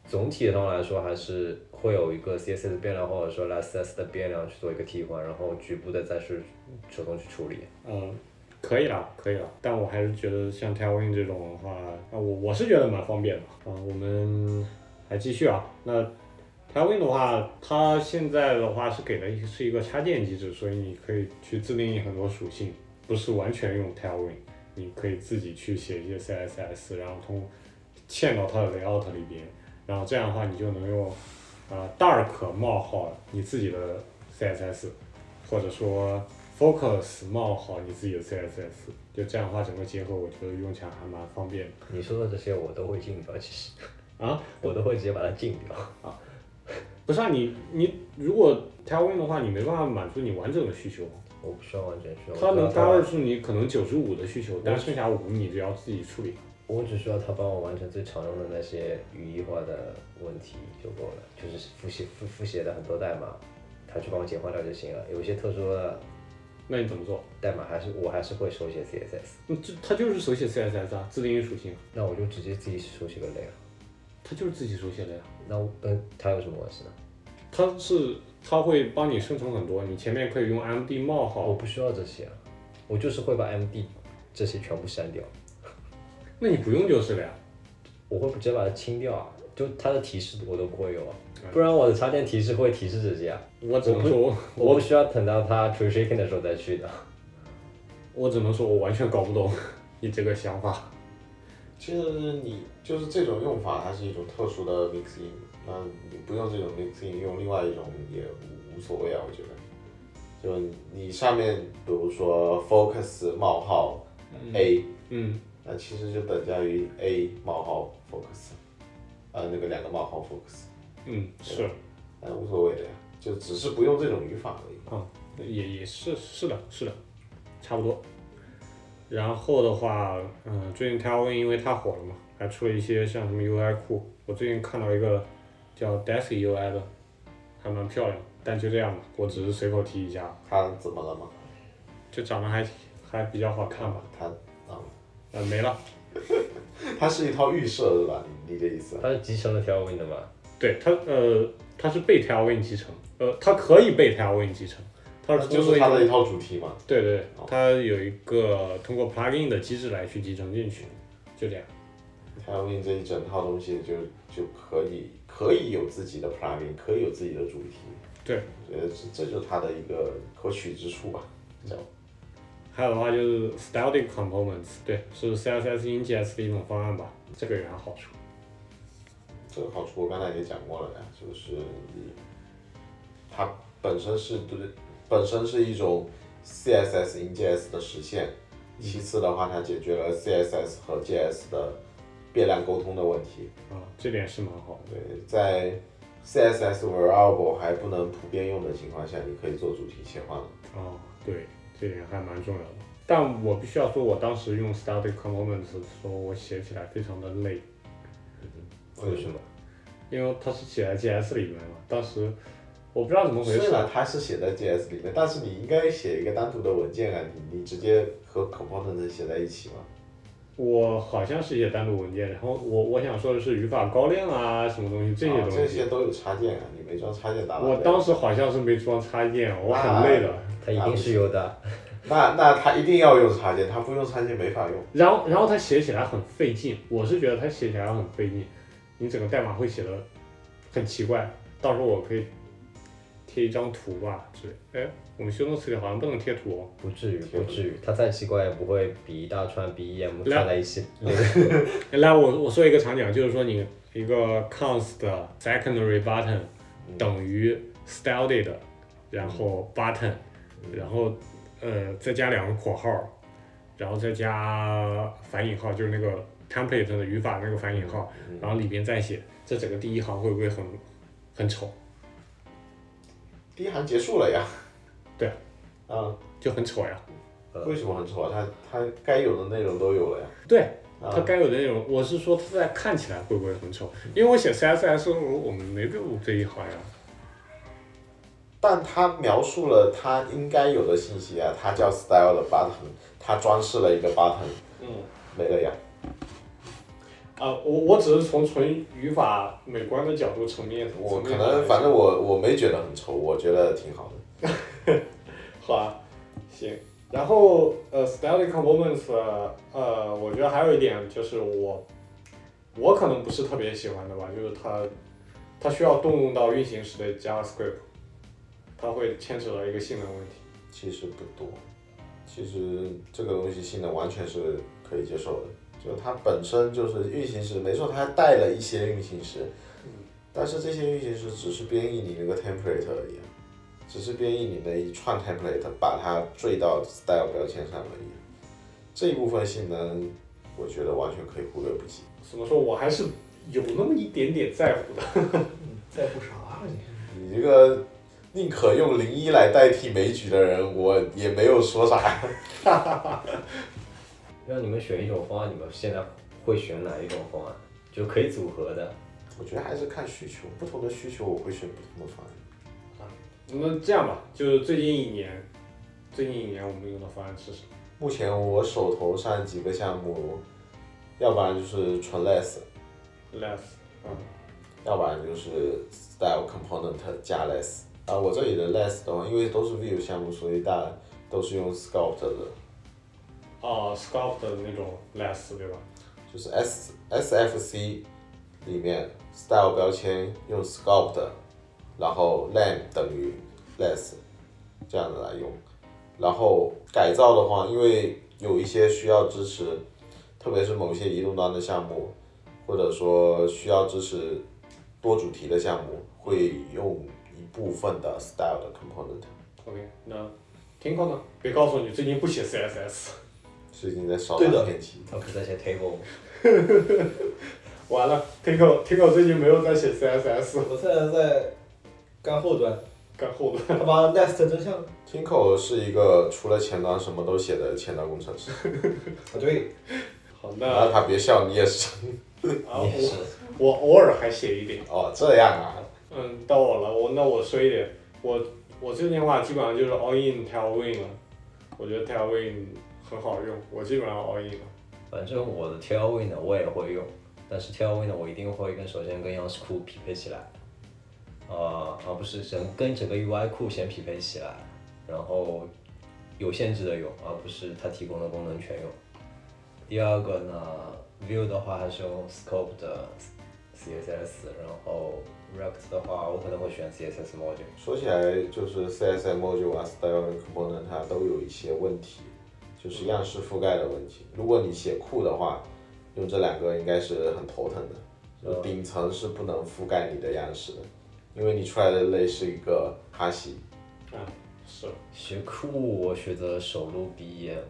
Speaker 4: 总体上来说还是会有一个 C S S 变量或者说 Less 的变量去做一个替换，然后局部的再是手动去处理。
Speaker 1: 嗯，可以了，可以了，但我还是觉得像 Tailwind 这种的话，啊，我我是觉得蛮方便的啊。我们还继续啊，那 Tailwind 的话，它现在的话是给的一是一个插件机制，所以你可以去自定义很多属性，不是完全用 Tailwind， 你可以自己去写一些 C S S， 然后通嵌到它的 layout 里边，然后这样的话你就能用呃 Dark 冒号你自己的 C S S， 或者说 Focus 冒号你自己的 C S S， 就这样的话整个结合我觉得用起来还蛮方便的。
Speaker 4: 你说的这些我都会禁掉，其实
Speaker 1: 啊，
Speaker 4: 我都会直接把它禁掉。
Speaker 1: 啊，不是啊，你你如果 Tailwind 的话，你没办法满足你完整的需求。
Speaker 4: 我不需要完全需要。
Speaker 1: 它能 cover 住你可能九十五的需求，但剩下五你只要自己处理。
Speaker 4: 我只需要它帮我完成最常用的那些语义化的问题就够了，就是复写复复写的很多代码，它去帮我简化掉就行了。有一些特殊的
Speaker 1: 那你怎么做？
Speaker 4: 代码还是我还是会手写 C S S。
Speaker 1: 嗯，这它就是手写 C S S 啊，自定义属性。
Speaker 4: 那我就直接自己手写个 layer。
Speaker 1: 它就是自己手写的呀。
Speaker 4: 那我跟它有什么关系呢？
Speaker 1: 它是它会帮你生成很多，你前面可以用 M D 冒号。
Speaker 4: 我不需要这些啊，我就是会把 M D 这些全部删掉。
Speaker 1: 那你不用就是了呀。
Speaker 4: 我会直接把它清掉啊，就它的提示我都不会有啊，不然我的插件提示会提示这些啊。
Speaker 1: 我只能说
Speaker 4: 我不我不需要等到它 tree shaking 的时候再去的。
Speaker 1: 我只能说我完全搞不懂你这个想法。
Speaker 3: 其实你就是这种用法，它是一种特殊的 mixin， 那你不用这种 mixin， 用另外一种也无无所谓啊，我觉得。就你上面比如说 focus 冒号 A，
Speaker 1: 嗯，
Speaker 3: 那其实就等价于 A 冒号 focus， 呃那个两个冒号 focus。
Speaker 1: 嗯，是。
Speaker 3: 那无所谓的呀，就只是不用这种语法而已。
Speaker 1: 啊，也也是是的，是的，差不多。然后的话，嗯，最近 Tailwind 因为太火了嘛，还出了一些像什么 U I 库。我最近看到一个叫 Daisy U I 的，还蛮漂亮，但就这样吧，我只是随口提一下。
Speaker 3: 它怎么了吗？
Speaker 1: 就长得还还比较好看吧。
Speaker 3: 它啊，
Speaker 1: 呃，没了。
Speaker 3: 它是一套预设是吧？你你的意思？
Speaker 4: 它是集成的 Tailwind 的嘛？
Speaker 1: 对，它呃，它是被 Tailwind 集成，呃，它可以被 Tailwind 集成。它是
Speaker 3: 就是它的一套主题嘛。
Speaker 1: 对对，它有一个通过 plugin 的机制来去集成进去，就这样。
Speaker 3: Tailwind 这一整套东西就就可以可以有自己的 plugin， 可以有自己的主题。
Speaker 1: 对，
Speaker 3: 我觉得这这就是它的一个可取之处吧。这样。
Speaker 1: 还有的话就是 Static Components， 对，是 C S S InJS 的一种方案吧，这个有啥好处？
Speaker 3: 这个好处我刚才也讲过了呀，就是它本身是对。本身是一种 C S S InJS 的实现，其次的话，它解决了 C S S 和 J S 的变量沟通的问题。
Speaker 1: 啊，这点是蛮好的。
Speaker 3: 对，在 C S S variable 还不能普遍用的情况下，你可以做主题切换了。
Speaker 1: 哦，对，这点还蛮重要的。但我必须要说，我当时用 Static Components 的时候，我写起来非常的累。
Speaker 3: 为什么？
Speaker 1: 因为它是写在 J S 里面嘛，当时。我不知道怎么回事。
Speaker 3: 虽然它是写在 J S 里面，但是你应该写一个单独的文件啊，你你直接和 component 写在一起嘛。
Speaker 1: 我好像是写单独文件，然后我我想说的是语法高亮啊，什么东西这些东西。
Speaker 3: 啊、这些都有插件啊，你没装插件打哪？
Speaker 1: 我当时好像是没装插件，我很累的。
Speaker 4: 它一定是有的。
Speaker 3: 那那它一定要用插件，它不用插件没法用。
Speaker 1: 然后然后它写起来很费劲，我是觉得它写起来很费劲，你整个代码会写的很奇怪。到时候我可以。贴一张图吧，之类。哎，我们修动词里好像不能贴图哦。
Speaker 4: 不至于，不至于，它再奇怪也不会比一大串 B E M 串在一起。
Speaker 1: 来，我我说一个场景，就是说你一个 const secondary button 等于 styled， 然后 button， 然后呃再加两个括号，然后再加反引号，就是那个 template 的语法那个反引号，然后里边再写这整个第一行会不会很很丑？
Speaker 3: 第一行结束了呀。
Speaker 1: 对，
Speaker 3: 啊，
Speaker 1: 就很丑呀。
Speaker 3: 为什么很丑啊？它它该有的内容都有了呀。
Speaker 1: 对，啊、它该有的内容，我是说它在看起来会不会很丑？因为我写 C S S 的时候，我们没录这一行呀。
Speaker 3: 但它描述了它应该有的信息啊，它叫 style 的 button， 它装饰了一个 button， 嗯，没了呀。
Speaker 1: 啊，我我只是从纯语法美观的角度层面，
Speaker 3: 我可
Speaker 1: 层面来
Speaker 3: 能反正我我没觉得很丑，我觉得挺好的。
Speaker 1: 好啊，行。然后呃，static components，呃，我觉得还有一点就是我我可能不是特别喜欢的吧，就是它它需要动用到运行时的 JavaScript， 它会牵扯到一个性能问题。
Speaker 3: 其实不多，其实这个东西性能完全是可以接受的。就它本身就是运行时，没错，它还带了一些运行时，但是这些运行时只是编译你那个 template 而已，只是编译你那一串 template， 把它缀到 style 标签上而已。这一部分性能，我觉得完全可以忽略不计。
Speaker 1: 怎么说，我还是有那么一点点在乎的。
Speaker 2: 在乎啥啊你？
Speaker 3: 你这个宁可用零一来代替枚举的人，我也没有说啥。
Speaker 4: 让你们选一种方案，你们现在会选哪一种方案？就可以组合的。
Speaker 3: 我觉得还是看需求，不同的需求我会选不同的方案。
Speaker 1: 那这样吧，就是最近一年，最近一年我们用的方案是什么？
Speaker 3: 目前我手头上几个项目，要不然就是纯 less，
Speaker 1: less， 嗯，
Speaker 3: 要不然就是 style component 加 less。啊，我这里的 less 的话，因为都是 view 项目，所以大都是用 sculpt 的。
Speaker 1: 哦 ，sculpt 的那种 less 对吧？
Speaker 3: 就是 S SFC 里面 style 标签用 sculpt， 然后 lam 等于 less， 这样子来用。然后改造的话，因为有一些需要支持，特别是某些移动端的项目，或者说需要支持多主题的项目，会用一部分的 style 的 component。
Speaker 1: OK， 那 Tinko 呢？别告诉我你最近不写 C S S。
Speaker 3: 最近在烧
Speaker 2: 对的
Speaker 3: 大片期。
Speaker 4: 他不是在写 table
Speaker 1: 完了 ，Tinko Tinko 最近没有在写 C S S，
Speaker 2: 我现在在干后端，
Speaker 1: 干后端。
Speaker 2: 他把 Nest 真相。
Speaker 3: Tinko 是一个除了前端什么都写的前端工程师。
Speaker 2: 啊对，
Speaker 1: 好，
Speaker 3: 那
Speaker 1: 那
Speaker 3: 他别笑，你也是。
Speaker 1: 啊
Speaker 4: 也是。
Speaker 1: 我我偶尔还写一点。
Speaker 3: 哦，这样啊。
Speaker 1: 嗯，到我了，我那我说一点，我我最近的话基本上就是 all in Tailwind 了，我觉得 Tailwind 很好用，我基本上 all in 了。
Speaker 4: 反正我的 Tailwind 我也会用，但是 Tailwind 我一定会跟首先跟样式库匹配起来，呃，而不是整跟整个 U I 库先匹配起来，然后有限制的用，而不是它提供的功能全用。第二个呢 ，Vue 的话还是用 Scope 的 C S S， 然后 React 的话我可能会选 C S S module。
Speaker 3: 说起来，就是 C S S module 啊 ，style 跟 component 它都有一些问题，就是样式覆盖的问题。如果你写库的话，用这两个应该是很头疼的。就顶层是不能覆盖你的样式的，因为你出来的类是一个哈希。
Speaker 1: 啊，是。
Speaker 4: 学库我选择手录 B E M。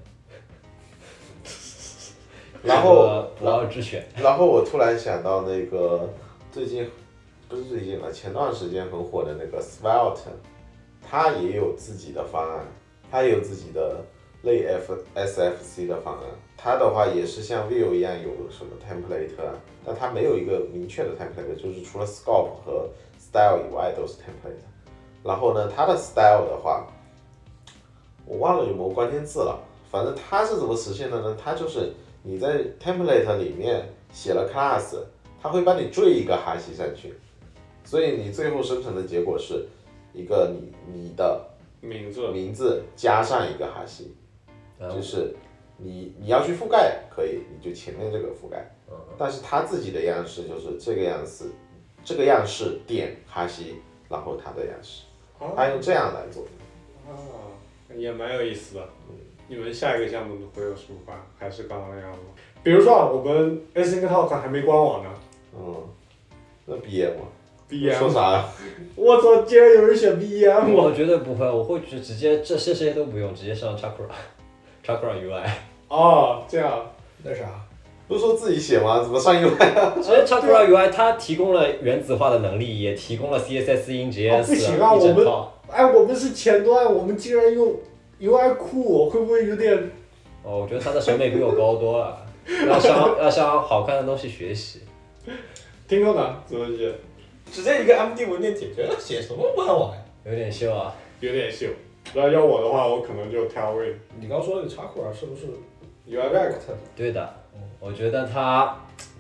Speaker 3: 然后
Speaker 4: 不二之选。
Speaker 3: 然后我突然想到那个最近不是最近了，前段时间很火的那个 Svelte， 它也有自己的方案，它也有自己的类 F S F C 的方案。它的话也是像 Vue 一样有什么 template 啊，但它没有一个明确的 template， 就是除了 scope 和 style 以外都是 template。然后呢，它的 style 的话，我忘了有没有关键字了，反正它是怎么实现的呢？它就是你在 template 里面写了 class， 它会帮你缀一个哈希上去，所以你最后生成的结果是一个你你的
Speaker 1: 名字
Speaker 3: 名字加上一个哈希，就是你你要去覆盖可以，你就前面这个覆盖，但是它自己的样式就是这个样式，这个样式点哈希，然后它的样式，它用这样来做。
Speaker 1: 啊，也蛮有意思的。你们下一个项目会有什么方案？还是刚刚那样子吗？比如说啊，我们 Async Talk 还没官网呢。
Speaker 3: 嗯，那 B M 吗
Speaker 1: ？B M
Speaker 3: 说啥呀？
Speaker 1: 我操，竟然有人选 B M！
Speaker 4: 我绝对不会，我会直直接这些这些都不用，直接上 Chakra，Chakra U I。
Speaker 1: 哦，这样。
Speaker 2: 那啥？
Speaker 3: 不是说自己写吗？怎么上 U I 啊？
Speaker 4: 直接 Chakra U I 它提供了原子化的能力，也提供了 C S S in
Speaker 1: 啊
Speaker 4: J S
Speaker 1: 不行啊，
Speaker 4: 一
Speaker 1: 我们
Speaker 4: 整套。
Speaker 1: 哎，我们是前端，我们竟然用 U I 库，会不会有点？
Speaker 4: 哦，我觉得他的审美比我高多了，要向要向好看的东西学习。
Speaker 1: 听过呢，怎么写？
Speaker 2: 直接一个 M D 文件解决了，写什么官网呀？
Speaker 4: 有点秀啊。
Speaker 1: 有点秀。那要我的话，我可能就 Tailwind。
Speaker 2: 你刚说那个插库啊，是不是
Speaker 1: U I
Speaker 2: React？
Speaker 4: 对的，我觉得它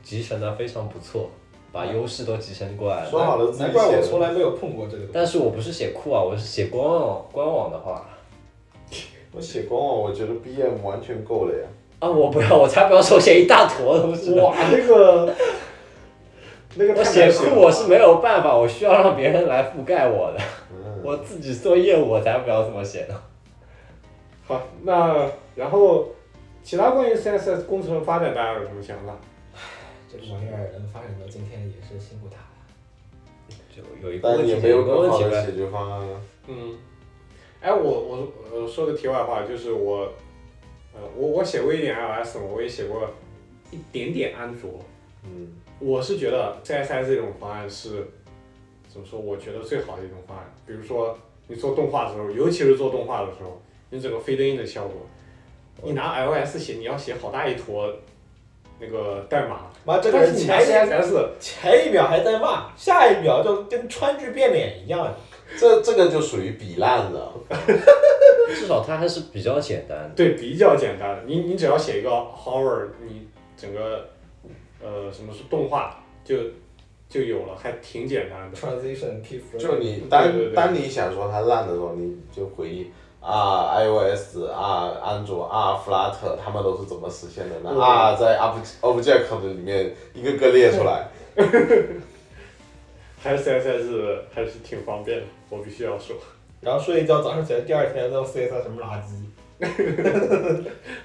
Speaker 4: 集成的非常不错，把优势都集成过来了。
Speaker 3: 说好了自己
Speaker 2: 难怪我
Speaker 3: 写
Speaker 2: 从来没有碰过这个东西。
Speaker 4: 但是我不是写库啊，我是写官网官网的话。
Speaker 3: 我写官网，我觉得 B M 完全够了呀。
Speaker 4: 啊，我不要，我才不要手写一大坨东西呢。
Speaker 1: 哇，那个那个
Speaker 4: 我写
Speaker 1: 太难写了
Speaker 4: 库我是没有办法，我需要让别人来覆盖我的。
Speaker 3: 嗯，
Speaker 4: 我自己做业务，我才不要这么写呢。
Speaker 1: 好，那然后其他关于 C S S 工程发展，大家有什么想法？
Speaker 2: 这个玩意儿能发展到今天也是辛苦他了。
Speaker 4: 就有一个问题，
Speaker 3: 但也没有
Speaker 4: 一个
Speaker 3: 更
Speaker 4: 问题呗。
Speaker 3: 好的解决方案啊。
Speaker 1: 嗯，哎，我我我说个题外话，就是我，呃，我我写过一点 iOS 嘛，我也写过一点点安卓。
Speaker 3: 嗯，
Speaker 1: 我是觉得 C S S 这种方案是怎么说？我觉得最好的一种方案。比如说你做动画的时候，尤其是做动画的时候，你整个 fade in 的效果，你拿 iOS 写，你要写好大一坨那个代码。
Speaker 2: 妈，这个人
Speaker 1: 但是你拿
Speaker 2: 前
Speaker 1: C S S，
Speaker 2: 前一秒还在骂，下一秒就跟川剧变脸一样。
Speaker 3: 这这个就属于比烂的。
Speaker 4: 至少它还是比较简单的。
Speaker 1: 对，比较简单。你你只要写一个 hover，你整个呃什么是动画就就有了，还挺简单的。
Speaker 2: transition keyframe
Speaker 3: 就你当
Speaker 1: 对对对
Speaker 3: 当你想说它烂的时候，你就回忆啊 iOS 啊安卓啊 Flutter 他们都是怎么实现的呢？
Speaker 1: 嗯
Speaker 3: 啊在 Object Object 里面一个个列出来。
Speaker 1: 还是 C S S 还是挺方便的，我必须要说。
Speaker 2: 然后睡一觉，早上起来第二天都 C S S 什么垃圾。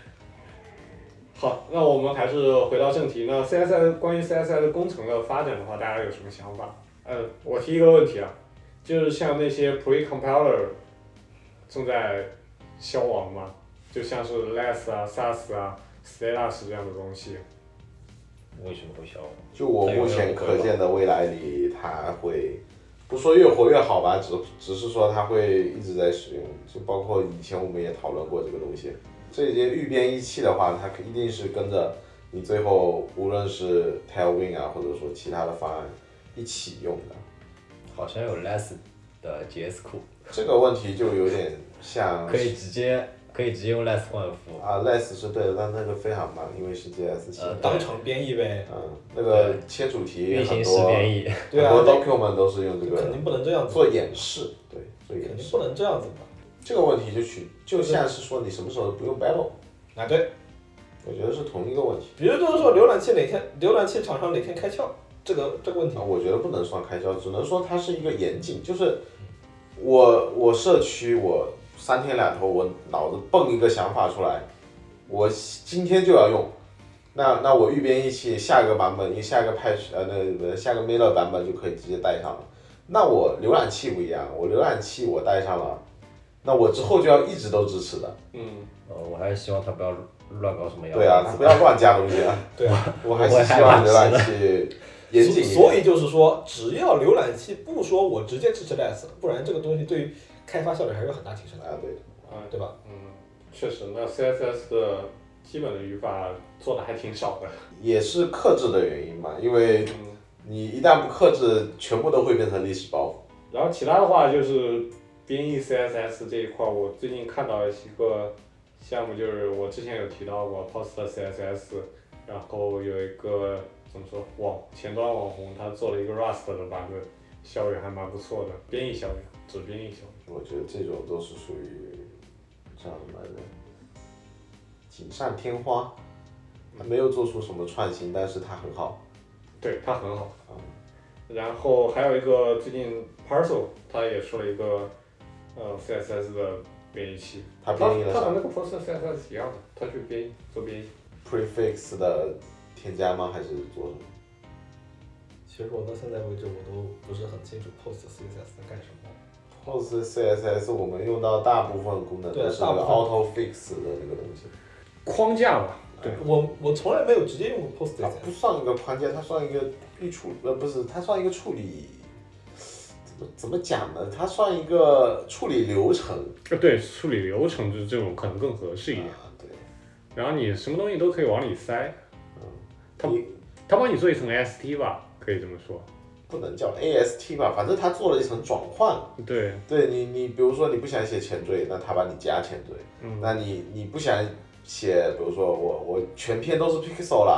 Speaker 1: 好，那我们还是回到正题。那 C S S 关于 C S S 工程的发展的话，大家有什么想法？呃，我提一个问题啊，就是像那些 pre-compiler 正在消亡嘛，就像是 Less 啊、S A S 啊、Stylus 这样的东西。
Speaker 4: 为什么会消亡？
Speaker 3: 就我目前可见的未来里，它会不说越活越好吧，只只是说它会一直在使用，就包括以前我们也讨论过这个东西。这些预编译器的话，它一定是跟着你最后无论是 Tailwind 啊，或者说其他的方案一起用的。
Speaker 4: 好像有 less 的 J S 库，
Speaker 3: 这个问题就有点像
Speaker 4: 可以直接可以直接用 less 换符。
Speaker 3: 啊 less 是对的，但那个非常慢，因为是 J S 系统。
Speaker 4: 呃
Speaker 2: 当场编译呗。
Speaker 3: 嗯，那个切主题
Speaker 4: 运行
Speaker 3: 很多
Speaker 4: 时编译。
Speaker 2: 对啊
Speaker 3: 很多 document 都是用这个
Speaker 2: 肯定不能这样子，
Speaker 3: 做演示，对，做演示
Speaker 2: 肯定不。能这样子吧？
Speaker 3: 这个问题就取就像是说你什么时候不用 Babel，
Speaker 2: 啊对，
Speaker 3: 我觉得是同一个问题。
Speaker 2: 比如就是说浏览器哪天浏览器厂商哪天开窍，这个这个问题
Speaker 3: 啊，。我觉得不能算开销，只能说它是一个严谨，就是我我社区我三天两头我脑子蹦一个想法出来，我今天就要用，那那我预编译器下一个版本，一下一个 patch 呃那个下个 Miller 版本就可以直接带上了。那我浏览器不一样，我浏览器我带上了，那我之后就要一直都支持的。
Speaker 1: 嗯，
Speaker 4: 呃，我还是希望它不要乱搞什么幺
Speaker 3: 对啊，它不要乱加东西啊。
Speaker 2: 对啊，
Speaker 3: 我还是希望浏览器严谨一点。
Speaker 2: 所以就是说，只要浏览器不说我直接支持 Less，不然这个东西对于开发效率还是有很大提升的，
Speaker 3: 啊，对的。
Speaker 1: 啊，
Speaker 2: 对吧？
Speaker 1: 嗯，确实，那 C S S 的基本的语法做的还挺少的。
Speaker 3: 也是克制的原因嘛，因为
Speaker 1: 嗯，
Speaker 3: 你一旦不克制，全部都会变成历史包袱。
Speaker 1: 然后其他的话就是编译 C S S 这一块，我最近看到一个项目，就是我之前有提到过 Post C S S， 然后有一个怎么说网前端网红，他做了一个 Rust 的版本，效率还蛮不错的，编译效率，只编译效率。
Speaker 3: 我觉得这种都是属于叫什么来着？锦上添花，它没有做出什么创新，但是它很好。
Speaker 1: 对，它很好。
Speaker 3: 嗯
Speaker 1: 然后还有一个最近 Parcel， 它也出了一个呃 C S S 的编译器，
Speaker 3: 它编译了啥
Speaker 1: 它和那个 Post C S S 一样的，它去编译做编译。
Speaker 3: ？prefix 的添加吗？还是做什么？
Speaker 2: 其实我到现在为止我都不是很清楚 Post C S S 在干什么。
Speaker 3: Post C S S 我们用到大部分功能都是那个 auto fix 的那个东西。
Speaker 1: 框架嘛，对，
Speaker 2: 我我从来没有直接用过 Post
Speaker 3: 它
Speaker 2: C S
Speaker 3: 不
Speaker 2: S。
Speaker 3: 算一个框架，它算一个预处呃不是，它算一个处理，怎么怎么讲呢？它算一个处理流程。
Speaker 1: 呃对，处理流程就是这种可能更合适一点。
Speaker 3: 啊，对，
Speaker 1: 然后你什么东西都可以往里塞，
Speaker 3: 嗯，
Speaker 1: 它
Speaker 3: 你
Speaker 1: 它帮你做一层 S T 吧，可以这么说。
Speaker 3: 不能叫 A S T 吧，反正它做了一层转换。
Speaker 1: 对，
Speaker 3: 对你，你比如说你不想写前缀，那它帮你加前缀。
Speaker 1: 嗯，
Speaker 3: 那你你不想写，比如说我我全篇都是 pixel 了，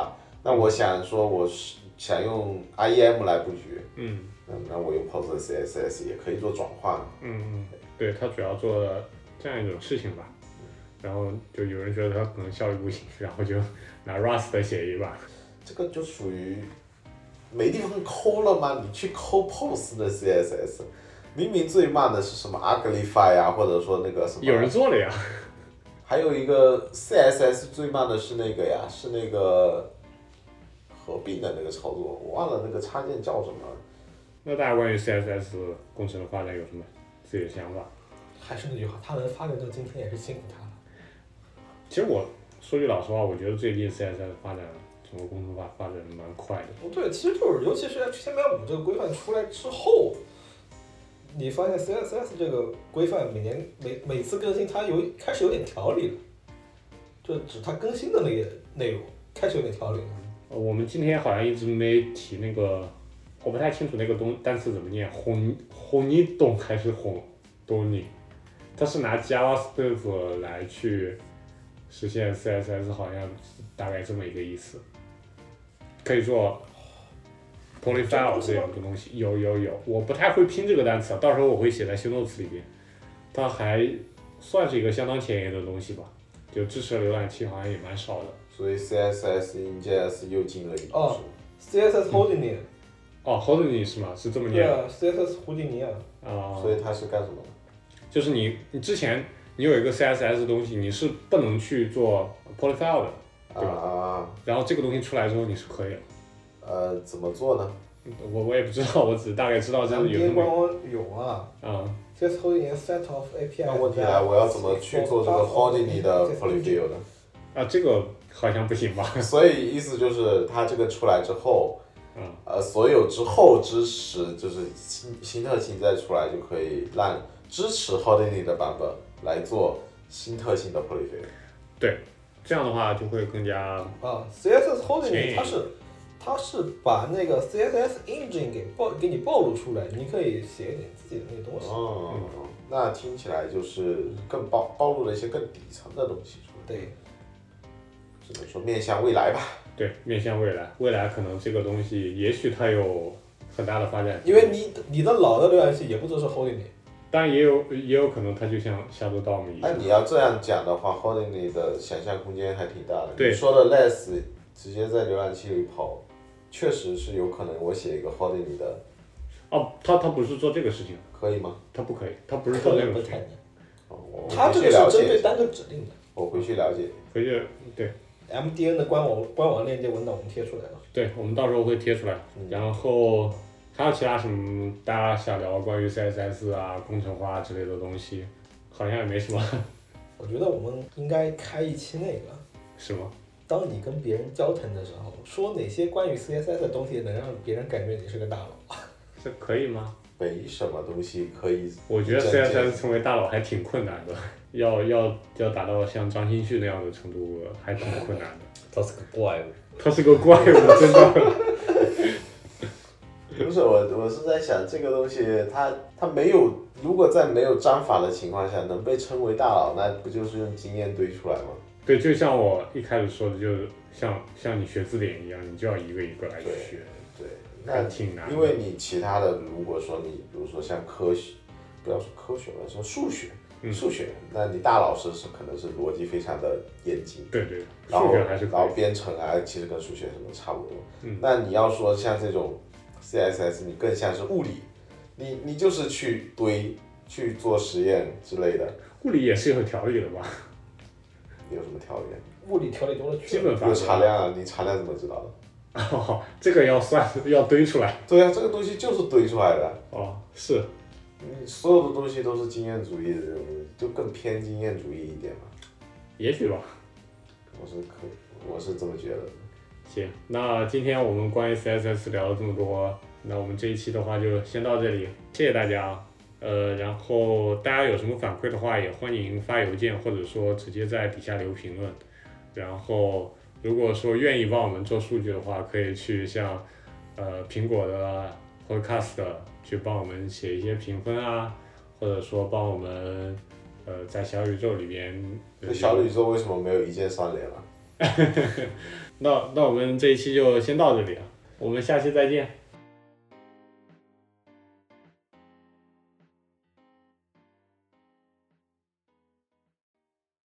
Speaker 3: 那我想说，我是想用 I E M 来布局，
Speaker 1: 嗯
Speaker 3: 那那我用 Post C S S 也可以做转换。
Speaker 1: 嗯，对，它主要做这样一种事情吧。然后就有人觉得它可能效率不行，然后就拿 Rust 写一把。
Speaker 3: 这个就属于没地方抠了吗？你去抠 Post 的 C S S， 明明最慢的是什么 Uglify 啊，或者说那个什么，
Speaker 1: 有人做了呀。
Speaker 3: 还有一个 C S S 最慢的是那个呀，是那个合并的那个操作，我忘了那个插件叫什么。
Speaker 1: 那大家关于 C S S 工程的发展有什么自己的想法？
Speaker 2: 还是那句话，他能发展到今天也是辛苦他了。
Speaker 1: 其实我说句老实话，我觉得最近 C S S 发展整个工程法发展的蛮快的。
Speaker 2: 不对，其实就是尤其是 H T M L 五这个规范出来之后，你发现 C S S 这个规范每年每每次更新，它有开始有点条理了，就指它更新的那些内容开始有点条理了。
Speaker 1: 呃我们今天好像一直没提那个，我不太清楚那个东单词怎么念，红红泥洞还是红东尼？它是拿 JavaScript 来去实现 C S S， 好像大概这么一个意思，可以做 polyfile 这样的东西。有有有，我不太会拼这个单词，到时候我会写在 show notes 里边。它还算是一个相当前沿的东西吧，就支持的浏览器好像也蛮少的。
Speaker 3: 所以 C S S in.js 又进了一步。
Speaker 2: 哦 C S S Houdini，
Speaker 1: 哦 ，Houdini 是吗？是这么念的？
Speaker 2: 对啊，C S S 胡迪尼啊。
Speaker 1: 啊、
Speaker 3: 所以它是干什么的？
Speaker 1: 就是你你之前你有一个 C S S 的东西，你是不能去做 polyfile 的，对吧？
Speaker 3: 啊，
Speaker 1: 然后这个东西出来之后你是可以的。
Speaker 3: 呃，怎么做呢？
Speaker 1: 我我也不知道，我只大概知道这
Speaker 2: 咱们
Speaker 1: 是有这么
Speaker 2: 官网有啊。
Speaker 1: 啊、
Speaker 2: C S S Houdini set of A P I。
Speaker 3: 那问题来，我要怎么去做这个 Houdini 的 polyfill 呢？
Speaker 1: 啊，这个好像不行吧？
Speaker 3: 所以意思就是它这个出来之后，
Speaker 1: 嗯，
Speaker 3: 呃，所有之后支持就是新新特性再出来，就可以让支持 Houdini 的版本来做新特性的 polyfill。
Speaker 1: 对，这样的话就会更加
Speaker 2: 啊 ，C S S
Speaker 1: 前
Speaker 2: Houdini
Speaker 1: 沿
Speaker 2: 它是它是把那个 C S S engine 给暴给你暴露出来，你可以写一点自己的那个东西。
Speaker 3: 哦，那听起来就是更暴暴露了一些更底层的东西出来。
Speaker 2: 对，
Speaker 3: 只能说面向未来吧。
Speaker 1: 对面向未来，未来可能这个东西也许它有很大的发展，
Speaker 2: 因为你你的老的浏览器也不支持 Houdini。
Speaker 1: 当然也有也有可能它就像 Shadow D O M 一样。
Speaker 3: 那你要这样讲的话 ，Houdini 的想象空间还挺大的。
Speaker 1: 对
Speaker 3: 你说的 less 直接在浏览器里跑，确实是有可能。我写一个 Houdini 的，
Speaker 1: 哦，它它不是做这个事情，
Speaker 3: 可以吗？
Speaker 1: 它不可以，它不是
Speaker 2: 可
Speaker 1: 做那种事情。
Speaker 2: 能不太能。
Speaker 3: 哦，我
Speaker 2: 它这
Speaker 3: 回去了
Speaker 2: 个是针对
Speaker 3: 解，
Speaker 2: 单个指令的。
Speaker 3: 我回去了解。
Speaker 1: 回去对
Speaker 2: M D N 的官网官网链接文档我们贴出来了。
Speaker 1: 对，我们到时候会贴出来。然后还有其他什么大家想聊关于 C S S 啊、工程化之类的东西，好像也没什么，
Speaker 2: 我觉得我们应该开一期那个，
Speaker 1: 是吗？
Speaker 2: 当你跟别人交谈的时候，说哪些关于 C S S 的东西能让别人感觉你是个大佬。
Speaker 1: 这可以吗？
Speaker 3: 没什么东西可以。
Speaker 1: 我觉得 C S S 成为大佬还挺困难的，要要要达到像张馨旭那样的程度，还挺困难的。
Speaker 4: 他是个怪物。
Speaker 1: 他是个怪物，真的。
Speaker 3: 不是我，我是在想这个东西它，它没有，如果在没有章法的情况下能被称为大佬，那不就是用经验堆出来吗？
Speaker 1: 对，就像我一开始说的，就是像像你学字典一样，你就要一个一个来
Speaker 3: 对
Speaker 1: 学，
Speaker 3: 对，
Speaker 1: 还
Speaker 3: 那
Speaker 1: 挺难的。
Speaker 3: 因为你其他的，如果说你，比如说像科学，不要说科学了，说数学，
Speaker 1: 嗯
Speaker 3: 数学，那你大老师是可能是逻辑非常的严谨，
Speaker 1: 对对，
Speaker 3: 然后
Speaker 1: 数学还是可以。
Speaker 3: 然后编程啊，其实跟数学什么差不多。
Speaker 1: 嗯
Speaker 3: 那你要说像这种 C S S， 你更像是物理，你你就是去堆、去做实验之类的，
Speaker 1: 物理也是有条理的吧？
Speaker 3: 有什么条件？
Speaker 2: 物理条理多了去了。
Speaker 3: 有
Speaker 1: 基本法则。
Speaker 3: 查量啊，你查量怎么知道的？
Speaker 1: 哦，这个要算，要堆出来。
Speaker 3: 对啊，这个东西就是堆出来的。
Speaker 1: 哦，是。
Speaker 3: 你所有的东西都是经验主义的，就更偏经验主义一点嘛。
Speaker 1: 也许吧。
Speaker 3: 我是可，我是这么觉得的。
Speaker 1: 行，那今天我们关于 C S S 聊了这么多，那我们这一期的话就先到这里，谢谢大家。呃，然后大家有什么反馈的话，也欢迎发邮件，或者说直接在底下留评论。然后如果说愿意帮我们做数据的话，可以去像呃苹果的 Podcast 去帮我们写一些评分啊，或者说帮我们呃在小宇宙里边。
Speaker 3: 那小宇宙为什么没有一键三连啊？
Speaker 1: 那那我们这一期就先到这里啊，我们下期再见。